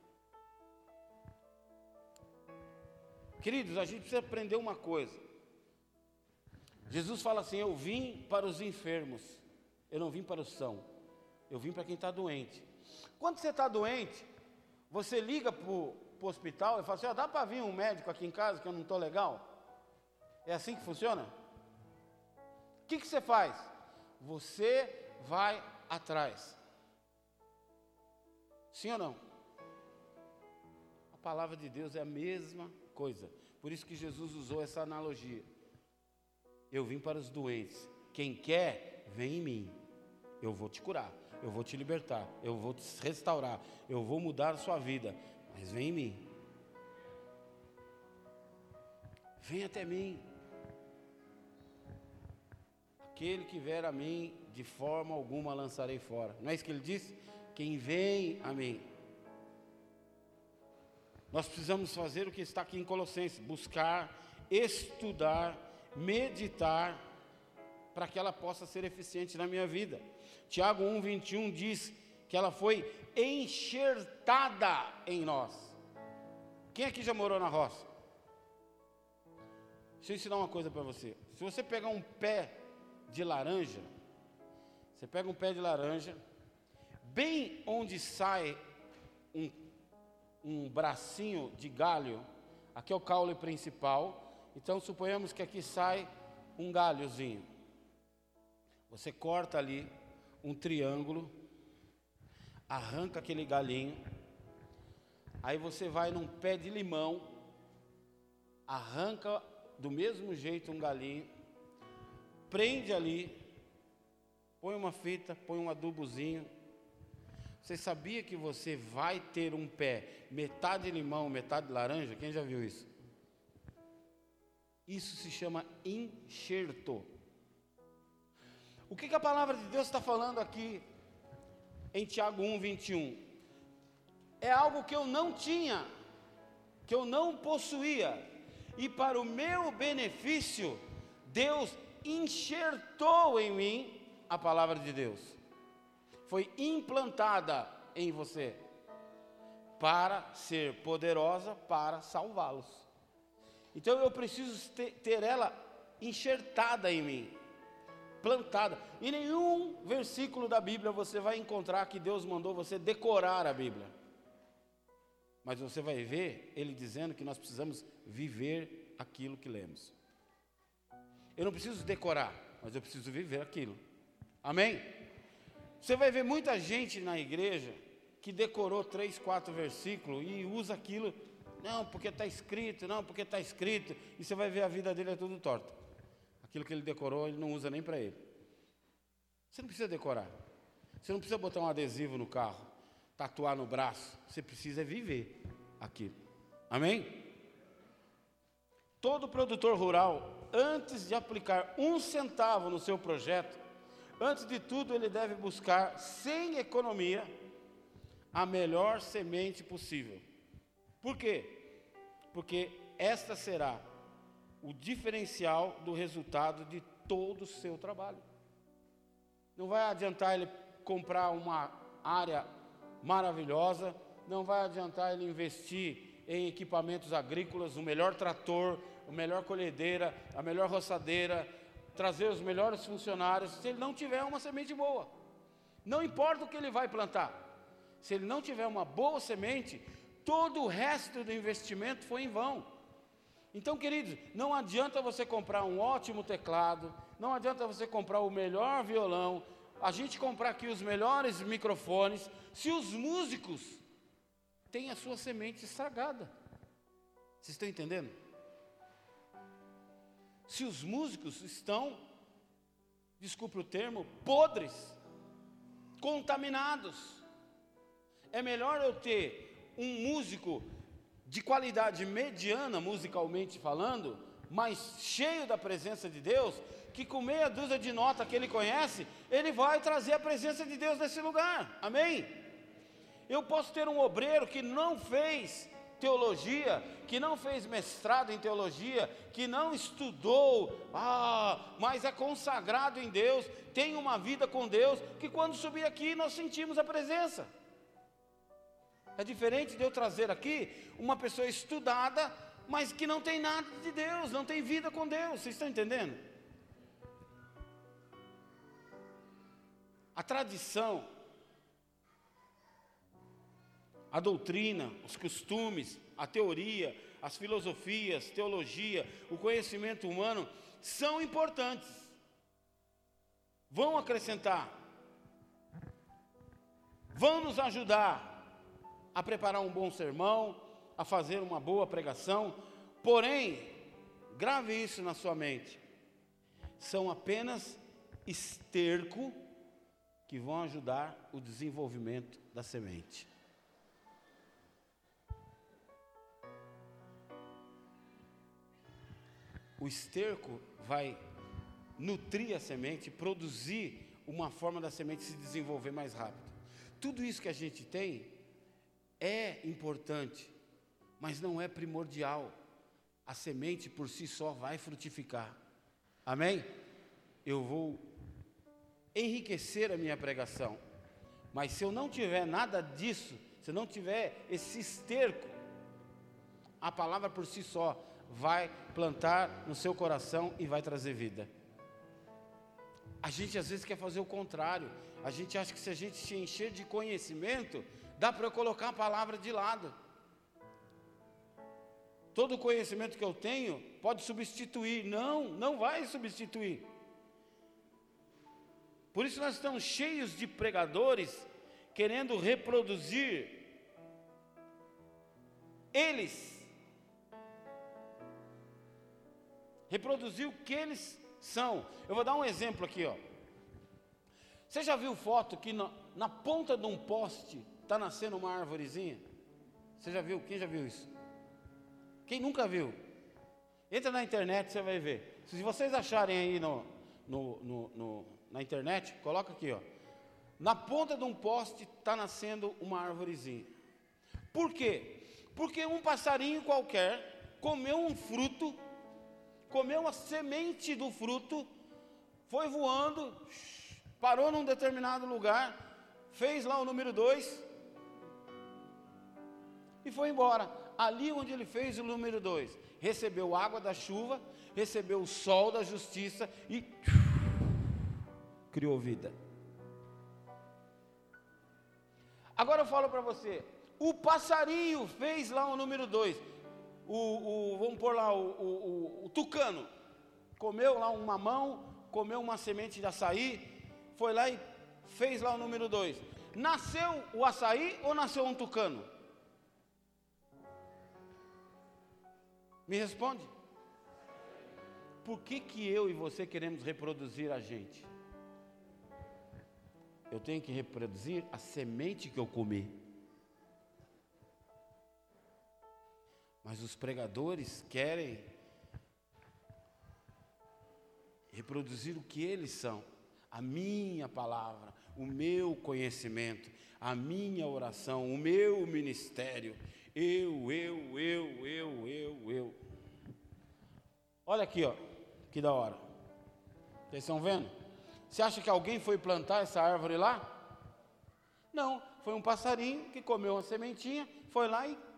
Queridos, a gente precisa aprender uma coisa. Jesus fala assim, eu vim para os enfermos, eu não vim para os sãos, eu vim para quem está doente. Quando você está doente, você liga para o hospital e fala assim, dá para vir um médico aqui em casa que eu não estou legal? É assim que funciona? O que você faz? Você vai atrás. Sim ou não? A palavra de Deus é a mesma coisa. Por isso que Jesus usou essa analogia. Eu vim para os doentes. Quem quer, vem em mim. Eu vou te curar. Eu vou te libertar, eu vou te restaurar, eu vou mudar a sua vida, mas vem em mim. Vem até mim. Aquele que vier a mim, de forma alguma lançarei fora. Não é isso que ele disse? Quem vem a mim. Nós precisamos fazer o que está aqui em Colossenses, buscar, estudar, meditar, para que ela possa ser eficiente na minha vida. Tiago 1,21 diz que ela foi enxertada em nós. Quem aqui já morou na roça? Deixa eu ensinar uma coisa para você. Se você pegar um pé de laranja, você pega um pé de laranja, bem onde sai um bracinho de galho, aqui é o caule principal, então suponhamos que aqui sai um galhozinho. Você corta ali um triângulo, arranca aquele galinho, aí você vai num pé de limão, arranca do mesmo jeito um galinho, prende ali, põe uma fita, põe um adubozinho. Você sabia que você vai ter um pé, metade limão, metade laranja? Quem já viu isso? Isso se chama enxerto. O que a palavra de Deus está falando aqui em Tiago 1:21? É algo que eu não tinha, que eu não possuía, e para o meu benefício, Deus enxertou em mim a palavra de Deus. Foi implantada em você para ser poderosa para salvá-los. Então eu preciso ter ela enxertada em mim, plantada. Em nenhum versículo da Bíblia você vai encontrar que Deus mandou você decorar a Bíblia. Mas você vai ver Ele dizendo que nós precisamos viver aquilo que lemos. Eu não preciso decorar, mas eu preciso viver aquilo. Amém? Você vai ver muita gente na igreja que decorou 3, 4 versículos e usa aquilo, não, porque está escrito, não, porque está escrito, e você vai ver a vida dele é tudo torta. Aquilo que ele decorou, ele não usa nem para ele. Você não precisa decorar. Você não precisa botar um adesivo no carro, tatuar no braço. Você precisa viver aquilo. Amém? Todo produtor rural, antes de aplicar 1 centavo no seu projeto, antes de tudo ele deve buscar, sem economia, a melhor semente possível. Por quê? Porque esta será o diferencial do resultado de todo o seu trabalho. Não vai adiantar ele comprar uma área maravilhosa, não vai adiantar ele investir em equipamentos agrícolas, o melhor trator, a melhor colhedeira, a melhor roçadeira, trazer os melhores funcionários, se ele não tiver uma semente boa. Não importa o que ele vai plantar, se ele não tiver uma boa semente, todo o resto do investimento foi em vão. Então, queridos, não adianta você comprar um ótimo teclado, não adianta você comprar o melhor violão, a gente comprar aqui os melhores microfones, se os músicos têm a sua semente estragada. Vocês estão entendendo? Se os músicos estão, desculpe o termo, podres, contaminados, é melhor eu ter um músico de qualidade mediana, musicalmente falando, mas cheio da presença de Deus, que com meia dúzia de nota que ele conhece, ele vai trazer a presença de Deus nesse lugar. Amém? Eu posso ter um obreiro que não fez teologia, que não fez mestrado em teologia, que não estudou, mas é consagrado em Deus, tem uma vida com Deus, que quando subir aqui nós sentimos a presença. É diferente de eu trazer aqui uma pessoa estudada, mas que não tem nada de Deus, não tem vida com Deus. Vocês estão entendendo? A tradição, a doutrina, os costumes, a teoria, as filosofias, teologia, o conhecimento humano são importantes. Vão acrescentar, vão nos ajudar a preparar um bom sermão, a fazer uma boa pregação, porém, grave isso na sua mente, são apenas esterco que vão ajudar o desenvolvimento da semente. O esterco vai nutrir a semente, produzir uma forma da semente se desenvolver mais rápido. Tudo isso que a gente tem é importante, mas não é primordial. A semente por si só vai frutificar. Amém? Eu vou enriquecer a minha pregação, mas se eu não tiver nada disso, se eu não tiver esse esterco, a palavra por si só, vai plantar no seu coração e vai trazer vida. A gente às vezes quer fazer o contrário. A gente acha que se a gente se encher de conhecimento, dá para eu colocar a palavra de lado. Todo o conhecimento que eu tenho pode substituir. Não, não vai substituir. Por isso nós estamos cheios de pregadores querendo reproduzir eles. Reproduzir o que eles são. Eu vou dar um exemplo aqui, ó. Você já viu foto que na ponta de um poste está nascendo uma árvorezinha? Você já viu? Quem já viu isso? Quem nunca viu? Entra na internet, você vai ver. Se vocês acharem aí na internet, coloca aqui, ó. Na ponta de um poste está nascendo uma árvorezinha. Por quê? Porque um passarinho qualquer comeu um fruto, comeu a semente do fruto, foi voando, parou num determinado lugar, fez lá o número 2 e foi embora. Ali onde ele fez o número 2, recebeu água da chuva, recebeu o sol da justiça e criou vida. Agora eu falo para você, o passarinho fez lá o número 2, vamos pôr lá o tucano, comeu lá um mamão, comeu uma semente de açaí, foi lá e fez lá o número 2. Nasceu o açaí ou nasceu um tucano? Me responde. Por que eu e você queremos reproduzir a gente? Eu tenho que reproduzir a semente que eu comi. Mas os pregadores querem reproduzir o que eles são. A minha palavra, o meu conhecimento, a minha oração, o meu ministério. Eu. Olha aqui, ó, que da hora. Vocês estão vendo? Você acha que alguém foi plantar essa árvore lá? Não, foi um passarinho que comeu uma sementinha, foi lá e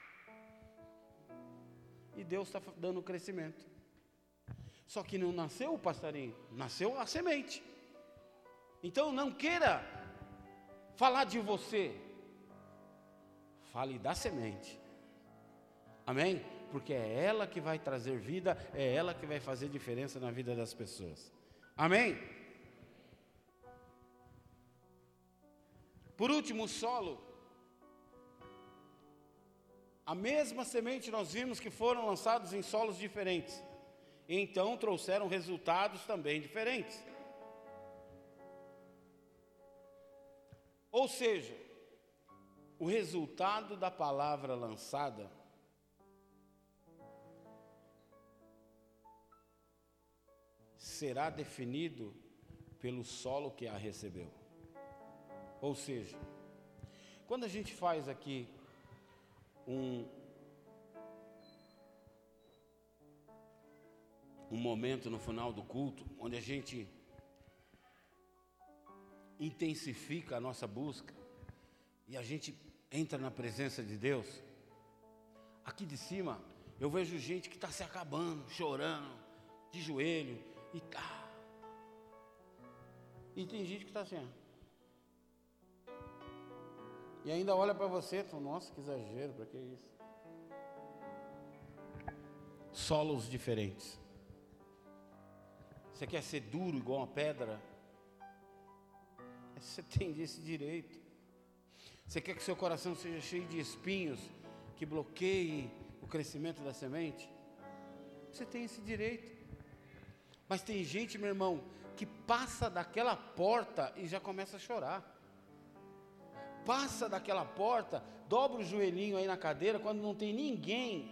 Deus está dando crescimento. Só que não nasceu o passarinho, nasceu a semente. Então não queira falar de você, fale da semente. Amém? Porque é ela que vai trazer vida, é ela que vai fazer diferença na vida das pessoas. Amém? Por último, o solo. A mesma semente nós vimos que foram lançados em solos diferentes. E então trouxeram resultados também diferentes. Ou seja, o resultado da palavra lançada será definido pelo solo que a recebeu. Ou seja, quando a gente faz aqui um momento no final do culto, onde a gente intensifica a nossa busca e a gente entra na presença de Deus, aqui de cima eu vejo gente que está se acabando, chorando, de joelho e tem gente que está assim, e ainda olha para você e fala, nossa, que exagero, para que isso? Solos diferentes. Você quer ser duro igual uma pedra? Você tem esse direito. Você quer que seu coração seja cheio de espinhos que bloqueiem o crescimento da semente? Você tem esse direito. Mas tem gente, meu irmão, que passa daquela porta e já começa a chorar. Passa daquela porta, dobra o joelhinho aí na cadeira quando não tem ninguém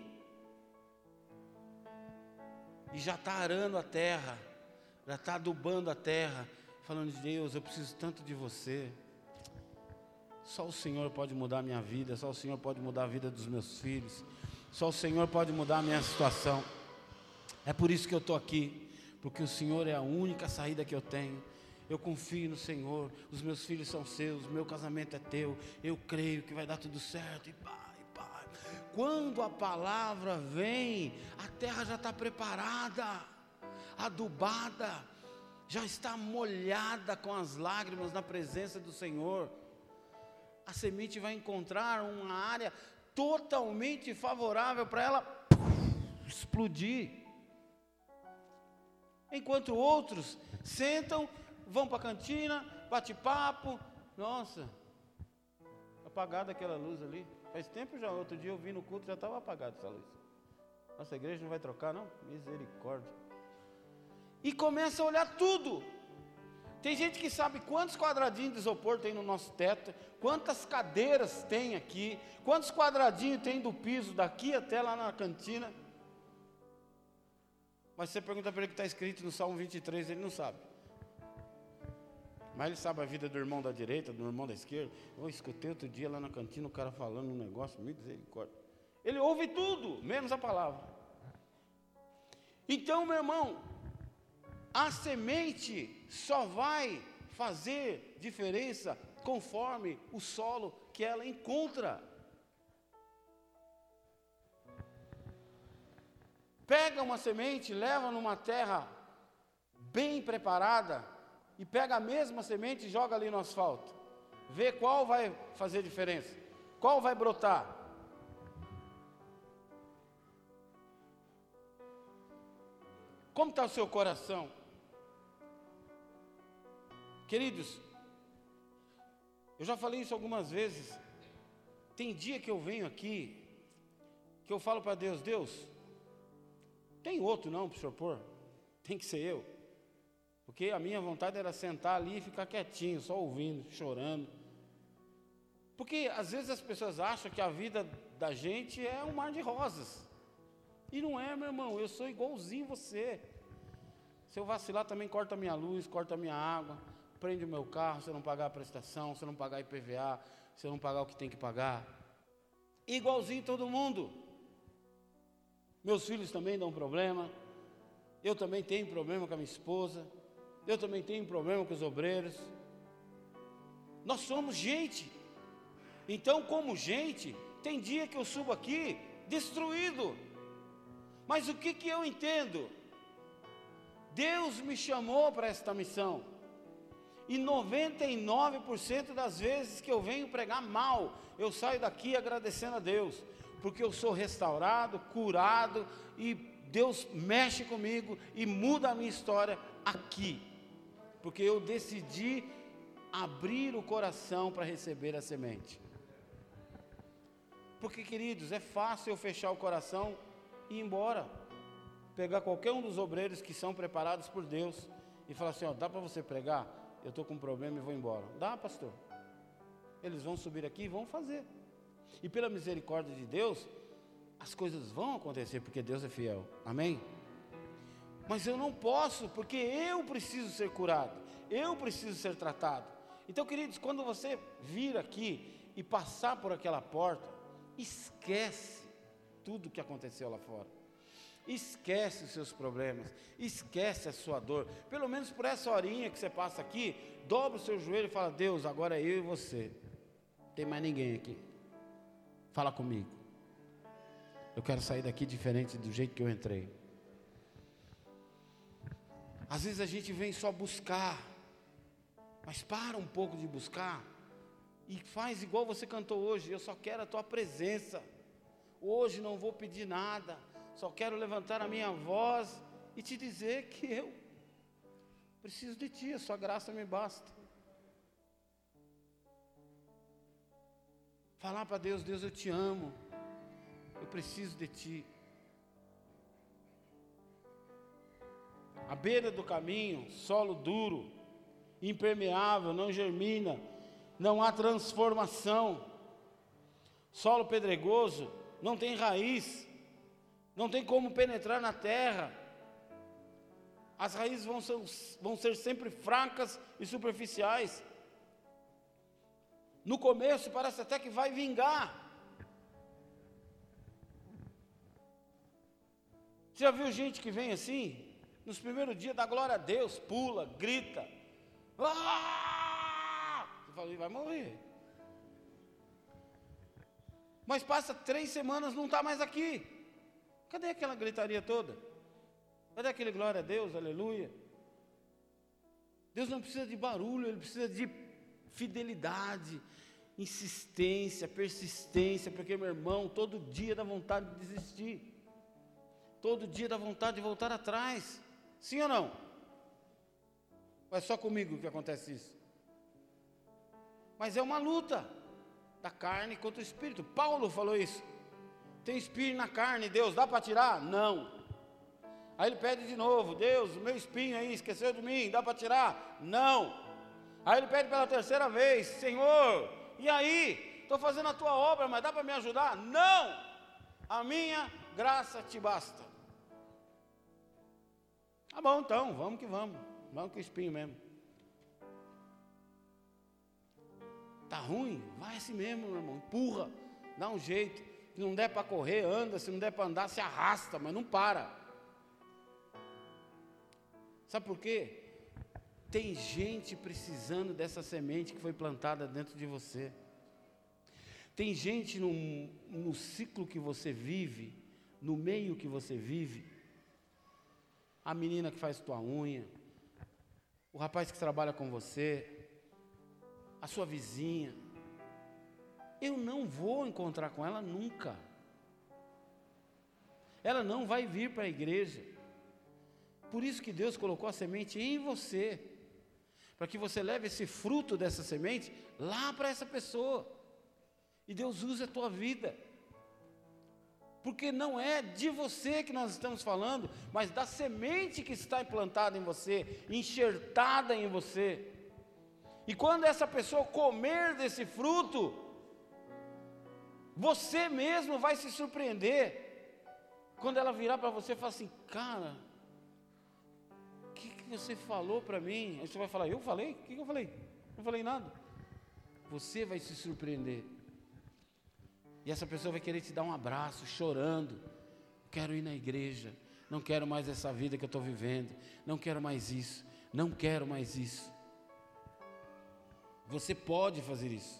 e já está arando a terra, já está adubando a terra, falando, Deus, eu preciso tanto de você. Só o Senhor pode mudar a minha vida, só o Senhor pode mudar a vida dos meus filhos, só o Senhor pode mudar a minha situação. É por isso que eu estou aqui, porque o Senhor é a única saída que eu tenho. Eu confio no Senhor, os meus filhos são seus, meu casamento é teu, eu creio que vai dar tudo certo, e Pai. quando a palavra vem, a terra já está preparada, adubada, já está molhada com as lágrimas na presença do Senhor. A semente vai encontrar uma área totalmente favorável para ela explodir. Enquanto outros sentam, vão para a cantina, bate papo. Nossa, apagada aquela luz ali. Faz tempo já, outro dia eu vi no culto, já estava apagada essa luz. Nossa igreja não vai trocar não? Misericórdia. E começa a olhar tudo. Tem gente que sabe quantos quadradinhos de isopor tem no nosso teto, quantas cadeiras tem aqui, quantos quadradinhos tem do piso daqui até lá na cantina. Mas você pergunta para ele que está escrito no Salmo 23, ele não sabe. Mas ele sabe a vida do irmão da direita, do irmão da esquerda. Eu escutei outro dia lá na cantina o cara falando um negócio, misericórdia. Ele ouve tudo, menos a palavra. Então, meu irmão, a semente só vai fazer diferença conforme o solo que ela encontra. Pega uma semente, leva numa terra bem preparada e pega a mesma semente e joga ali no asfalto. Vê qual vai fazer diferença, qual vai brotar. Como está o seu coração? Queridos, eu já falei isso algumas vezes. Tem dia que eu venho aqui, que eu falo para Deus, Deus, tem outro não para o Senhor pôr? Tem que ser eu. Porque a minha vontade era sentar ali e ficar quietinho, só ouvindo, chorando. Porque às vezes as pessoas acham que a vida da gente é um mar de rosas. E não é, meu irmão, eu sou igualzinho você. Se eu vacilar também corta a minha luz, corta a minha água, prende o meu carro, se eu não pagar a prestação, se eu não pagar IPVA, se eu não pagar o que tem que pagar. Igualzinho todo mundo. Meus filhos também dão problema, eu também tenho problema com a minha esposa, eu também tenho problema com os obreiros. Nós somos gente. Então, como gente, tem dia que eu subo aqui destruído. Mas o que eu entendo? Deus me chamou para esta missão. E 99% das vezes que eu venho pregar mal, eu saio daqui agradecendo a Deus, porque eu sou restaurado, curado, e Deus mexe comigo e muda a minha história aqui, porque eu decidi abrir o coração para receber a semente. Porque, queridos, é fácil eu fechar o coração e ir embora, pegar qualquer um dos obreiros que são preparados por Deus e falar assim, ó, dá para você pregar? Eu estou com um problema e vou embora. Dá, pastor. Eles vão subir aqui e vão fazer. E pela misericórdia de Deus, as coisas vão acontecer, porque Deus é fiel. Amém? Mas eu não posso, porque eu preciso ser curado. Eu preciso ser tratado. Então, queridos, quando você vir aqui e passar por aquela porta, esquece tudo o que aconteceu lá fora. Esquece os seus problemas, esquece a sua dor. Pelo menos por essa horinha que você passa aqui, dobra o seu joelho e fala, Deus, agora é eu e você. Não tem mais ninguém aqui. Fala comigo. Eu quero sair daqui diferente do jeito que eu entrei. Às vezes a gente vem só buscar, mas para um pouco de buscar e faz igual você cantou hoje. Eu só quero a tua presença. Hoje não vou pedir nada. Só quero levantar a minha voz e te dizer que eu preciso de ti, a sua graça me basta. Falar para Deus, Deus, eu te amo, eu preciso de ti. À beira do caminho, solo duro, impermeável, não germina, não há transformação. Solo pedregoso, não tem raiz. Não tem como penetrar na terra. As raízes vão ser sempre fracas e superficiais. No começo parece até que vai vingar. Você já viu gente que vem assim? Nos primeiros dias dá glória a Deus, pula, grita. Ah! Você fala, vai morrer. Mas passa 3 semanas, não está mais aqui. Cadê aquela gritaria toda? Cadê aquele glória a Deus, aleluia? Deus não precisa de barulho, Ele precisa de fidelidade, insistência, persistência, porque, meu irmão, todo dia dá vontade de desistir, todo dia dá vontade de voltar atrás, sim ou não? Ou é só comigo que acontece isso? Mas é uma luta da carne contra o espírito. Paulo falou isso. Tem espinho na carne, Deus, dá para tirar? Não. Aí ele pede de novo, Deus, o meu espinho aí, esqueceu de mim, dá para tirar? Não. Aí ele pede pela 3ª vez, Senhor, e aí? Estou fazendo a tua obra, mas dá para me ajudar? Não. A minha graça te basta. Tá bom então, vamos que vamos. Vamos com o espinho mesmo. Tá ruim? Vai assim mesmo, meu irmão. Empurra, dá um jeito. Se não der para correr, anda. Se não der para andar, se arrasta, mas não para. Sabe por quê? Tem gente precisando dessa semente que foi plantada dentro de você. Tem gente no ciclo que você vive, no meio que você vive. A menina que faz tua unha, o rapaz que trabalha com você, a sua vizinha. Eu não vou encontrar com ela nunca. Ela não vai vir para a igreja. Por isso que Deus colocou a semente em você, para que você leve esse fruto dessa semente lá para essa pessoa. E Deus usa a tua vida. Porque não é de você que nós estamos falando, mas da semente que está implantada em você, enxertada em você. E quando essa pessoa comer desse fruto, você mesmo vai se surpreender. Quando ela virar para você e falar assim, cara, o que você falou para mim? Aí você vai falar, eu falei? O que eu falei? Não falei nada. Você vai se surpreender. E essa pessoa vai querer te dar um abraço, chorando. Quero ir na igreja. Não quero mais essa vida que eu estou vivendo. Não quero mais isso. Não quero mais isso. Você pode fazer isso.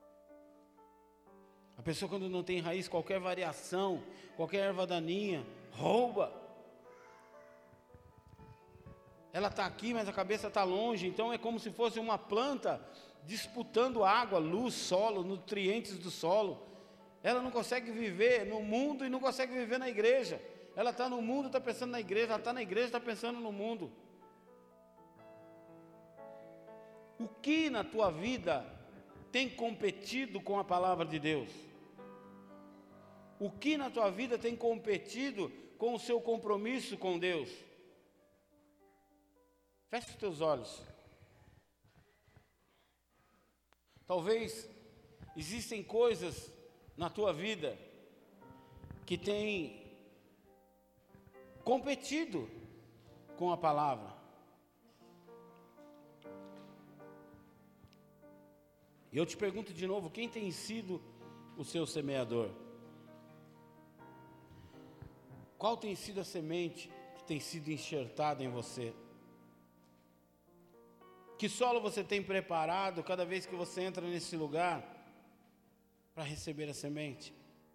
A pessoa, quando não tem raiz, qualquer variação, qualquer erva daninha, rouba. Ela está aqui, mas a cabeça está longe. Então é como se fosse uma planta disputando água, luz, solo, nutrientes do solo. Ela não consegue viver no mundo e não consegue viver na igreja. Ela está no mundo, está pensando na igreja. Ela está na igreja, está pensando no mundo. O que na tua vida tem competido com a palavra de Deus? O que na tua vida tem competido com o seu compromisso com Deus? Feche os teus olhos. Talvez existem coisas na tua vida que têm competido com a palavra. E eu te pergunto de novo, quem tem sido o seu semeador? Qual tem sido a semente que tem sido enxertada em você? Que solo você tem preparado cada vez que você entra nesse lugar para receber a semente?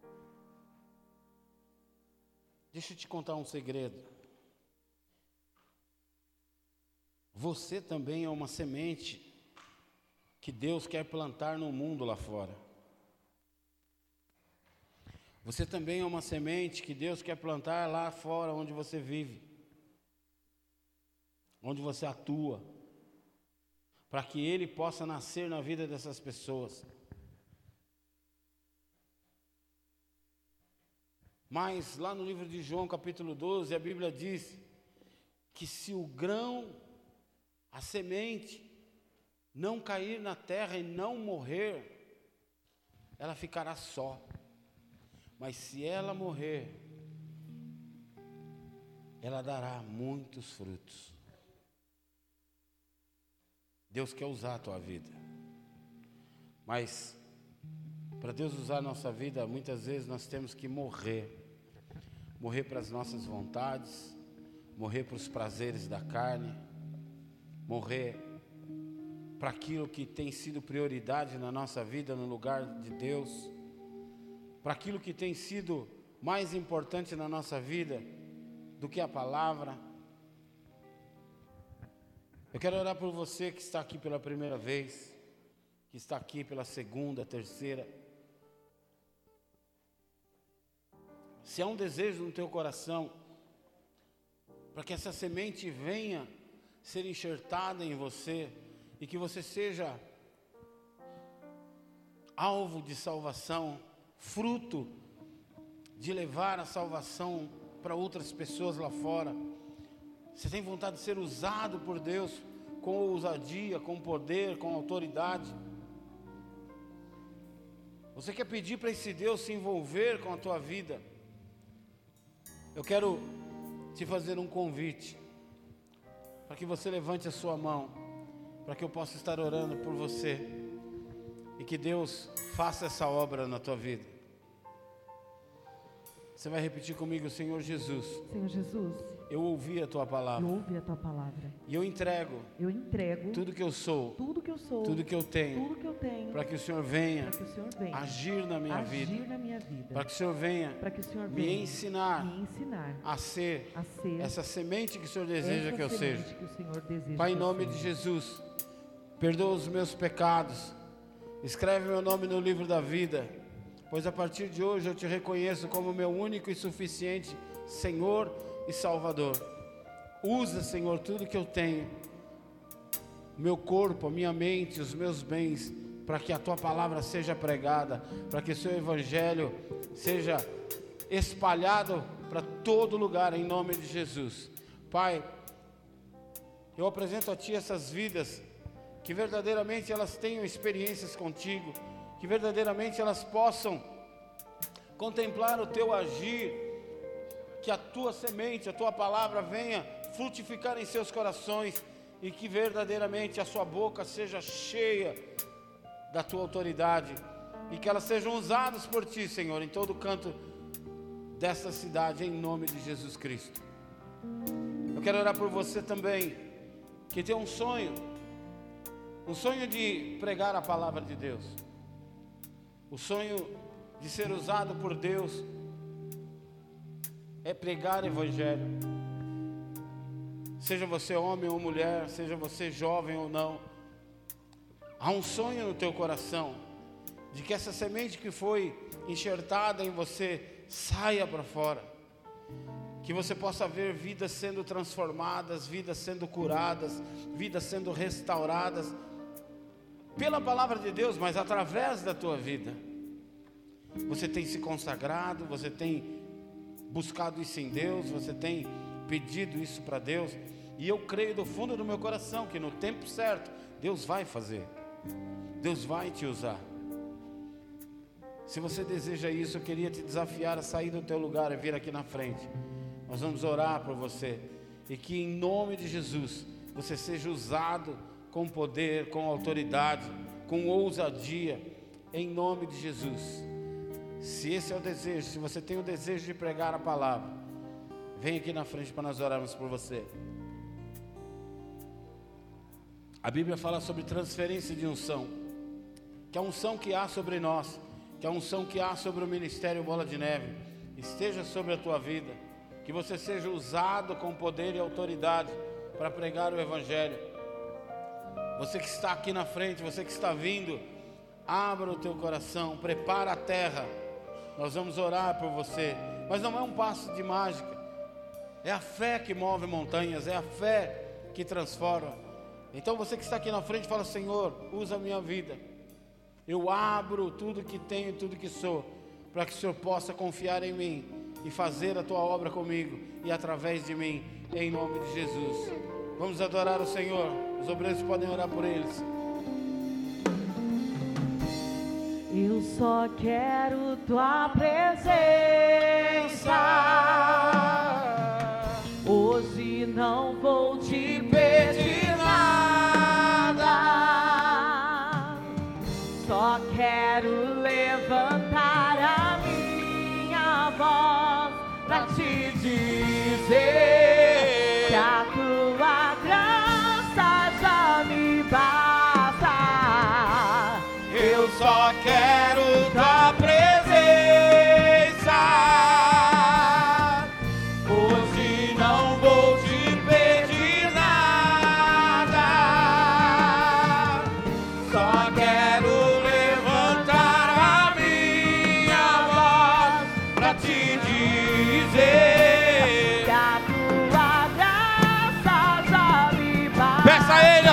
Deixa eu te contar um segredo. Você também é uma semente que Deus quer plantar no mundo lá fora. Você também é uma semente que Deus quer plantar lá fora onde você vive, onde você atua, para que Ele possa nascer na vida dessas pessoas. Mas lá no livro de João, capítulo 12, a Bíblia diz que se o grão, a semente, não cair na terra e não morrer, ela ficará só. Mas se ela morrer, ela dará muitos frutos. Deus quer usar a tua vida. Mas para Deus usar a nossa vida, muitas vezes nós temos que morrer. Morrer para as nossas vontades, morrer para os prazeres da carne, morrer para aquilo que tem sido prioridade na nossa vida, no lugar de Deus. para aquilo que tem sido mais importante na nossa vida do que a palavra. Eu quero orar por você que está aqui pela primeira vez, que está aqui pela segunda, terceira. Se há um desejo no teu coração para que essa semente venha ser enxertada em você e que você seja alvo de salvação, fruto de levar a salvação para outras pessoas lá fora. Você tem vontade de ser usado por Deus com ousadia, com poder, com autoridade. Você quer pedir para esse Deus se envolver com a tua vida. Eu quero te fazer um convite para que você levante a sua mão, para que eu possa estar orando por você e que Deus faça essa obra na tua vida. Você vai repetir comigo: Senhor Jesus. Senhor Jesus, eu ouvi a tua palavra. eu ouvi a tua palavra. E eu entrego tudo que eu sou, tudo que eu tenho, para que o Senhor venha, agir na minha vida, para que o Senhor venha, me ensinar a ser essa semente que o Senhor deseja que eu seja. Pai, em nome de Jesus, perdoa os meus pecados, escreve meu nome no livro da vida, pois a partir de hoje eu te reconheço como meu único e suficiente Senhor e Salvador. Usa, Senhor, tudo que eu tenho, meu corpo, a minha mente, os meus bens, para que a tua palavra seja pregada, para que o seu evangelho seja espalhado para todo lugar, em nome de Jesus. Pai, eu apresento a ti essas vidas, que verdadeiramente elas tenham experiências contigo, que verdadeiramente elas possam contemplar o teu agir, que a tua semente, a tua palavra venha frutificar em seus corações e que verdadeiramente a sua boca seja cheia da tua autoridade e que elas sejam usadas por ti, Senhor, em todo canto desta cidade, em nome de Jesus Cristo. Eu quero orar por você também, que tem um sonho de pregar a palavra de Deus, o sonho de ser usado por Deus é pregar o evangelho. Seja você homem ou mulher, seja você jovem ou não, há um sonho no teu coração de que essa semente que foi enxertada em você saia para fora, que você possa ver vidas sendo transformadas, vidas sendo curadas, vidas sendo restauradas pela palavra de Deus, mas através da tua vida. Você tem se consagrado, você tem buscado isso em Deus, você tem pedido isso para Deus, e eu creio do fundo do meu coração que no tempo certo Deus vai fazer, Deus vai te usar. Se você deseja isso, eu queria te desafiar a sair do teu lugar e vir aqui na frente. Nós vamos orar por você, e que em nome de Jesus você seja usado com poder, com autoridade, com ousadia, em nome de Jesus. Se esse é o desejo, se você tem o desejo de pregar a palavra, vem aqui na frente para nós orarmos por você. A Bíblia fala sobre transferência de unção, que a unção que há sobre nós, que a unção que há sobre o Ministério Bola de Neve, esteja sobre a tua vida, que você seja usado com poder e autoridade para pregar o Evangelho. Você que está aqui na frente, você que está vindo, abra o teu coração, prepara a terra, nós vamos orar por você, mas não é um passo de mágica, é a fé que move montanhas, é a fé que transforma. Então você que está aqui na frente, fala: Senhor, usa a minha vida, eu abro tudo que tenho, tudo que sou, para que o Senhor possa confiar em mim e fazer a tua obra comigo e através de mim, em nome de Jesus. Vamos adorar o Senhor, os obreiros podem orar por eles. Eu só quero tua presença, hoje não vou te pedir nada, só quero levantar a minha voz pra te dizer que a tua graça já me basta. Eu só quero tua presença,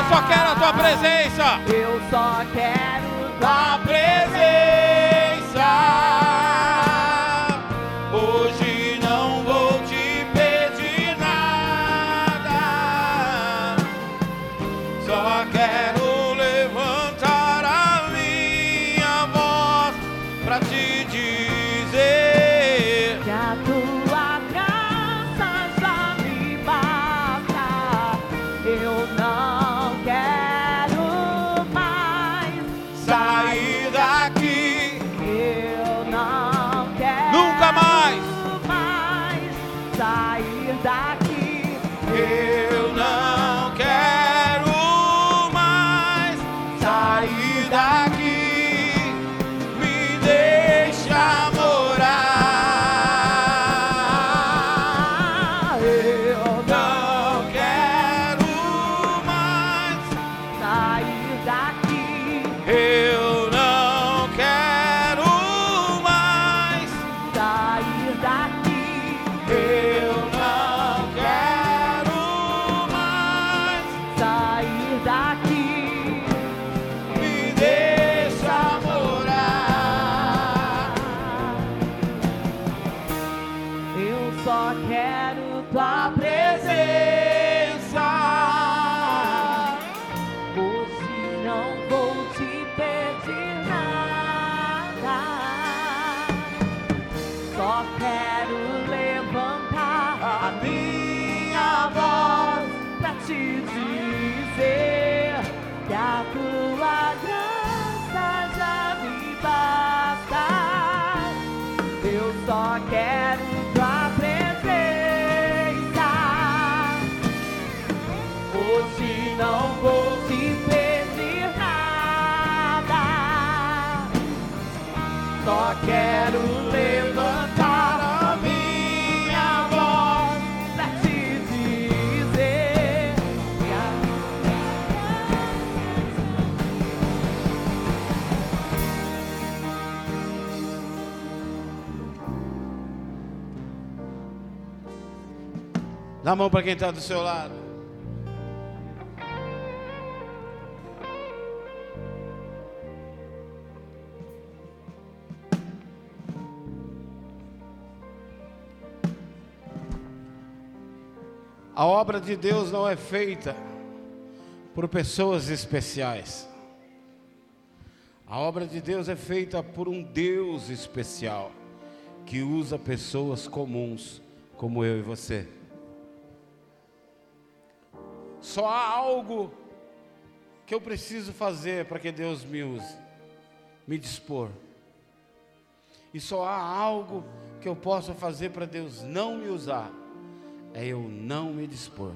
só quero a tua presença. Eu só quero Tua presença. Hoje não vou te pedir nada. Só quero levantar a minha voz pra te dizer que a tua graça já me basta. Eu não quero mais sair daqui. Eu não quero Nunca mais. sair daqui. Eu não quero mais sair daqui. Me deixa morar. Eu Não quero mais. sair daqui. Eu não quero mais. Sair daqui. Eu não quero mais. Sair daqui. Me deixa morar. Eu só quero tua presença. Hoje não vou te pedir nada. Só quero levantar A minha voz pra te dizer que a tua graça já me basta. Eu só quero tua presença. Hoje não vou te pedir nada. Só quero levantar a minha voz pra te dizer que a Dá a mão para quem está do seu lado. A obra de Deus não é feita por pessoas especiais. A obra de Deus é feita por um Deus especial, que usa pessoas comuns, como eu e você. Só há algo que eu preciso fazer para que Deus me use, me dispor. E só há algo que eu possa fazer para Deus não me usar, é eu não me dispor.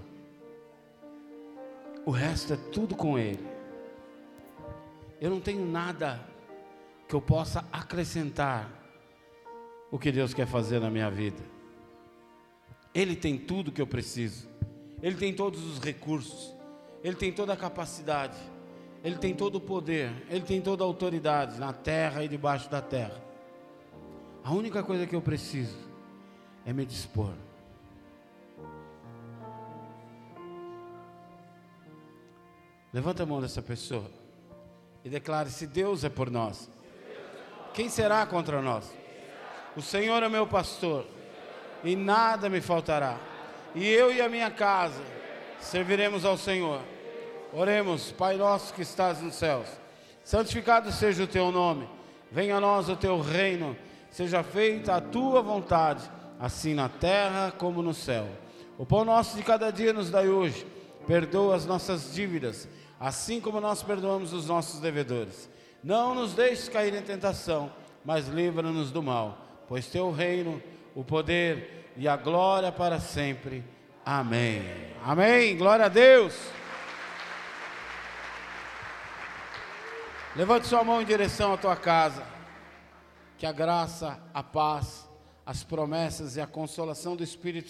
O resto é tudo com Ele. Eu não tenho nada que eu possa acrescentar o que Deus quer fazer na minha vida. Ele tem tudo que eu preciso. Ele tem todos os recursos. Ele tem toda a capacidade. Ele tem todo o poder. Ele tem toda a autoridade na terra e debaixo da terra. A única coisa que eu preciso é me dispor. Levanta a mão dessa pessoa e declare: se Deus é por nós, quem será contra nós? O Senhor é meu pastor e nada me faltará. E eu e a minha casa serviremos ao Senhor. Oremos. Pai nosso que estás nos céus, santificado seja o teu nome. Venha a nós o teu reino. Seja feita a tua vontade, assim na terra como no céu. O pão nosso de cada dia nos dai hoje. Perdoa as nossas dívidas, assim como nós perdoamos os nossos devedores. Não nos deixes cair em tentação, mas livra-nos do mal. Pois teu reino, o poder e a glória para sempre. Amém. Amém. Glória a Deus. Levante sua mão em direção à tua casa. Que a graça, a paz, as promessas e a consolação do Espírito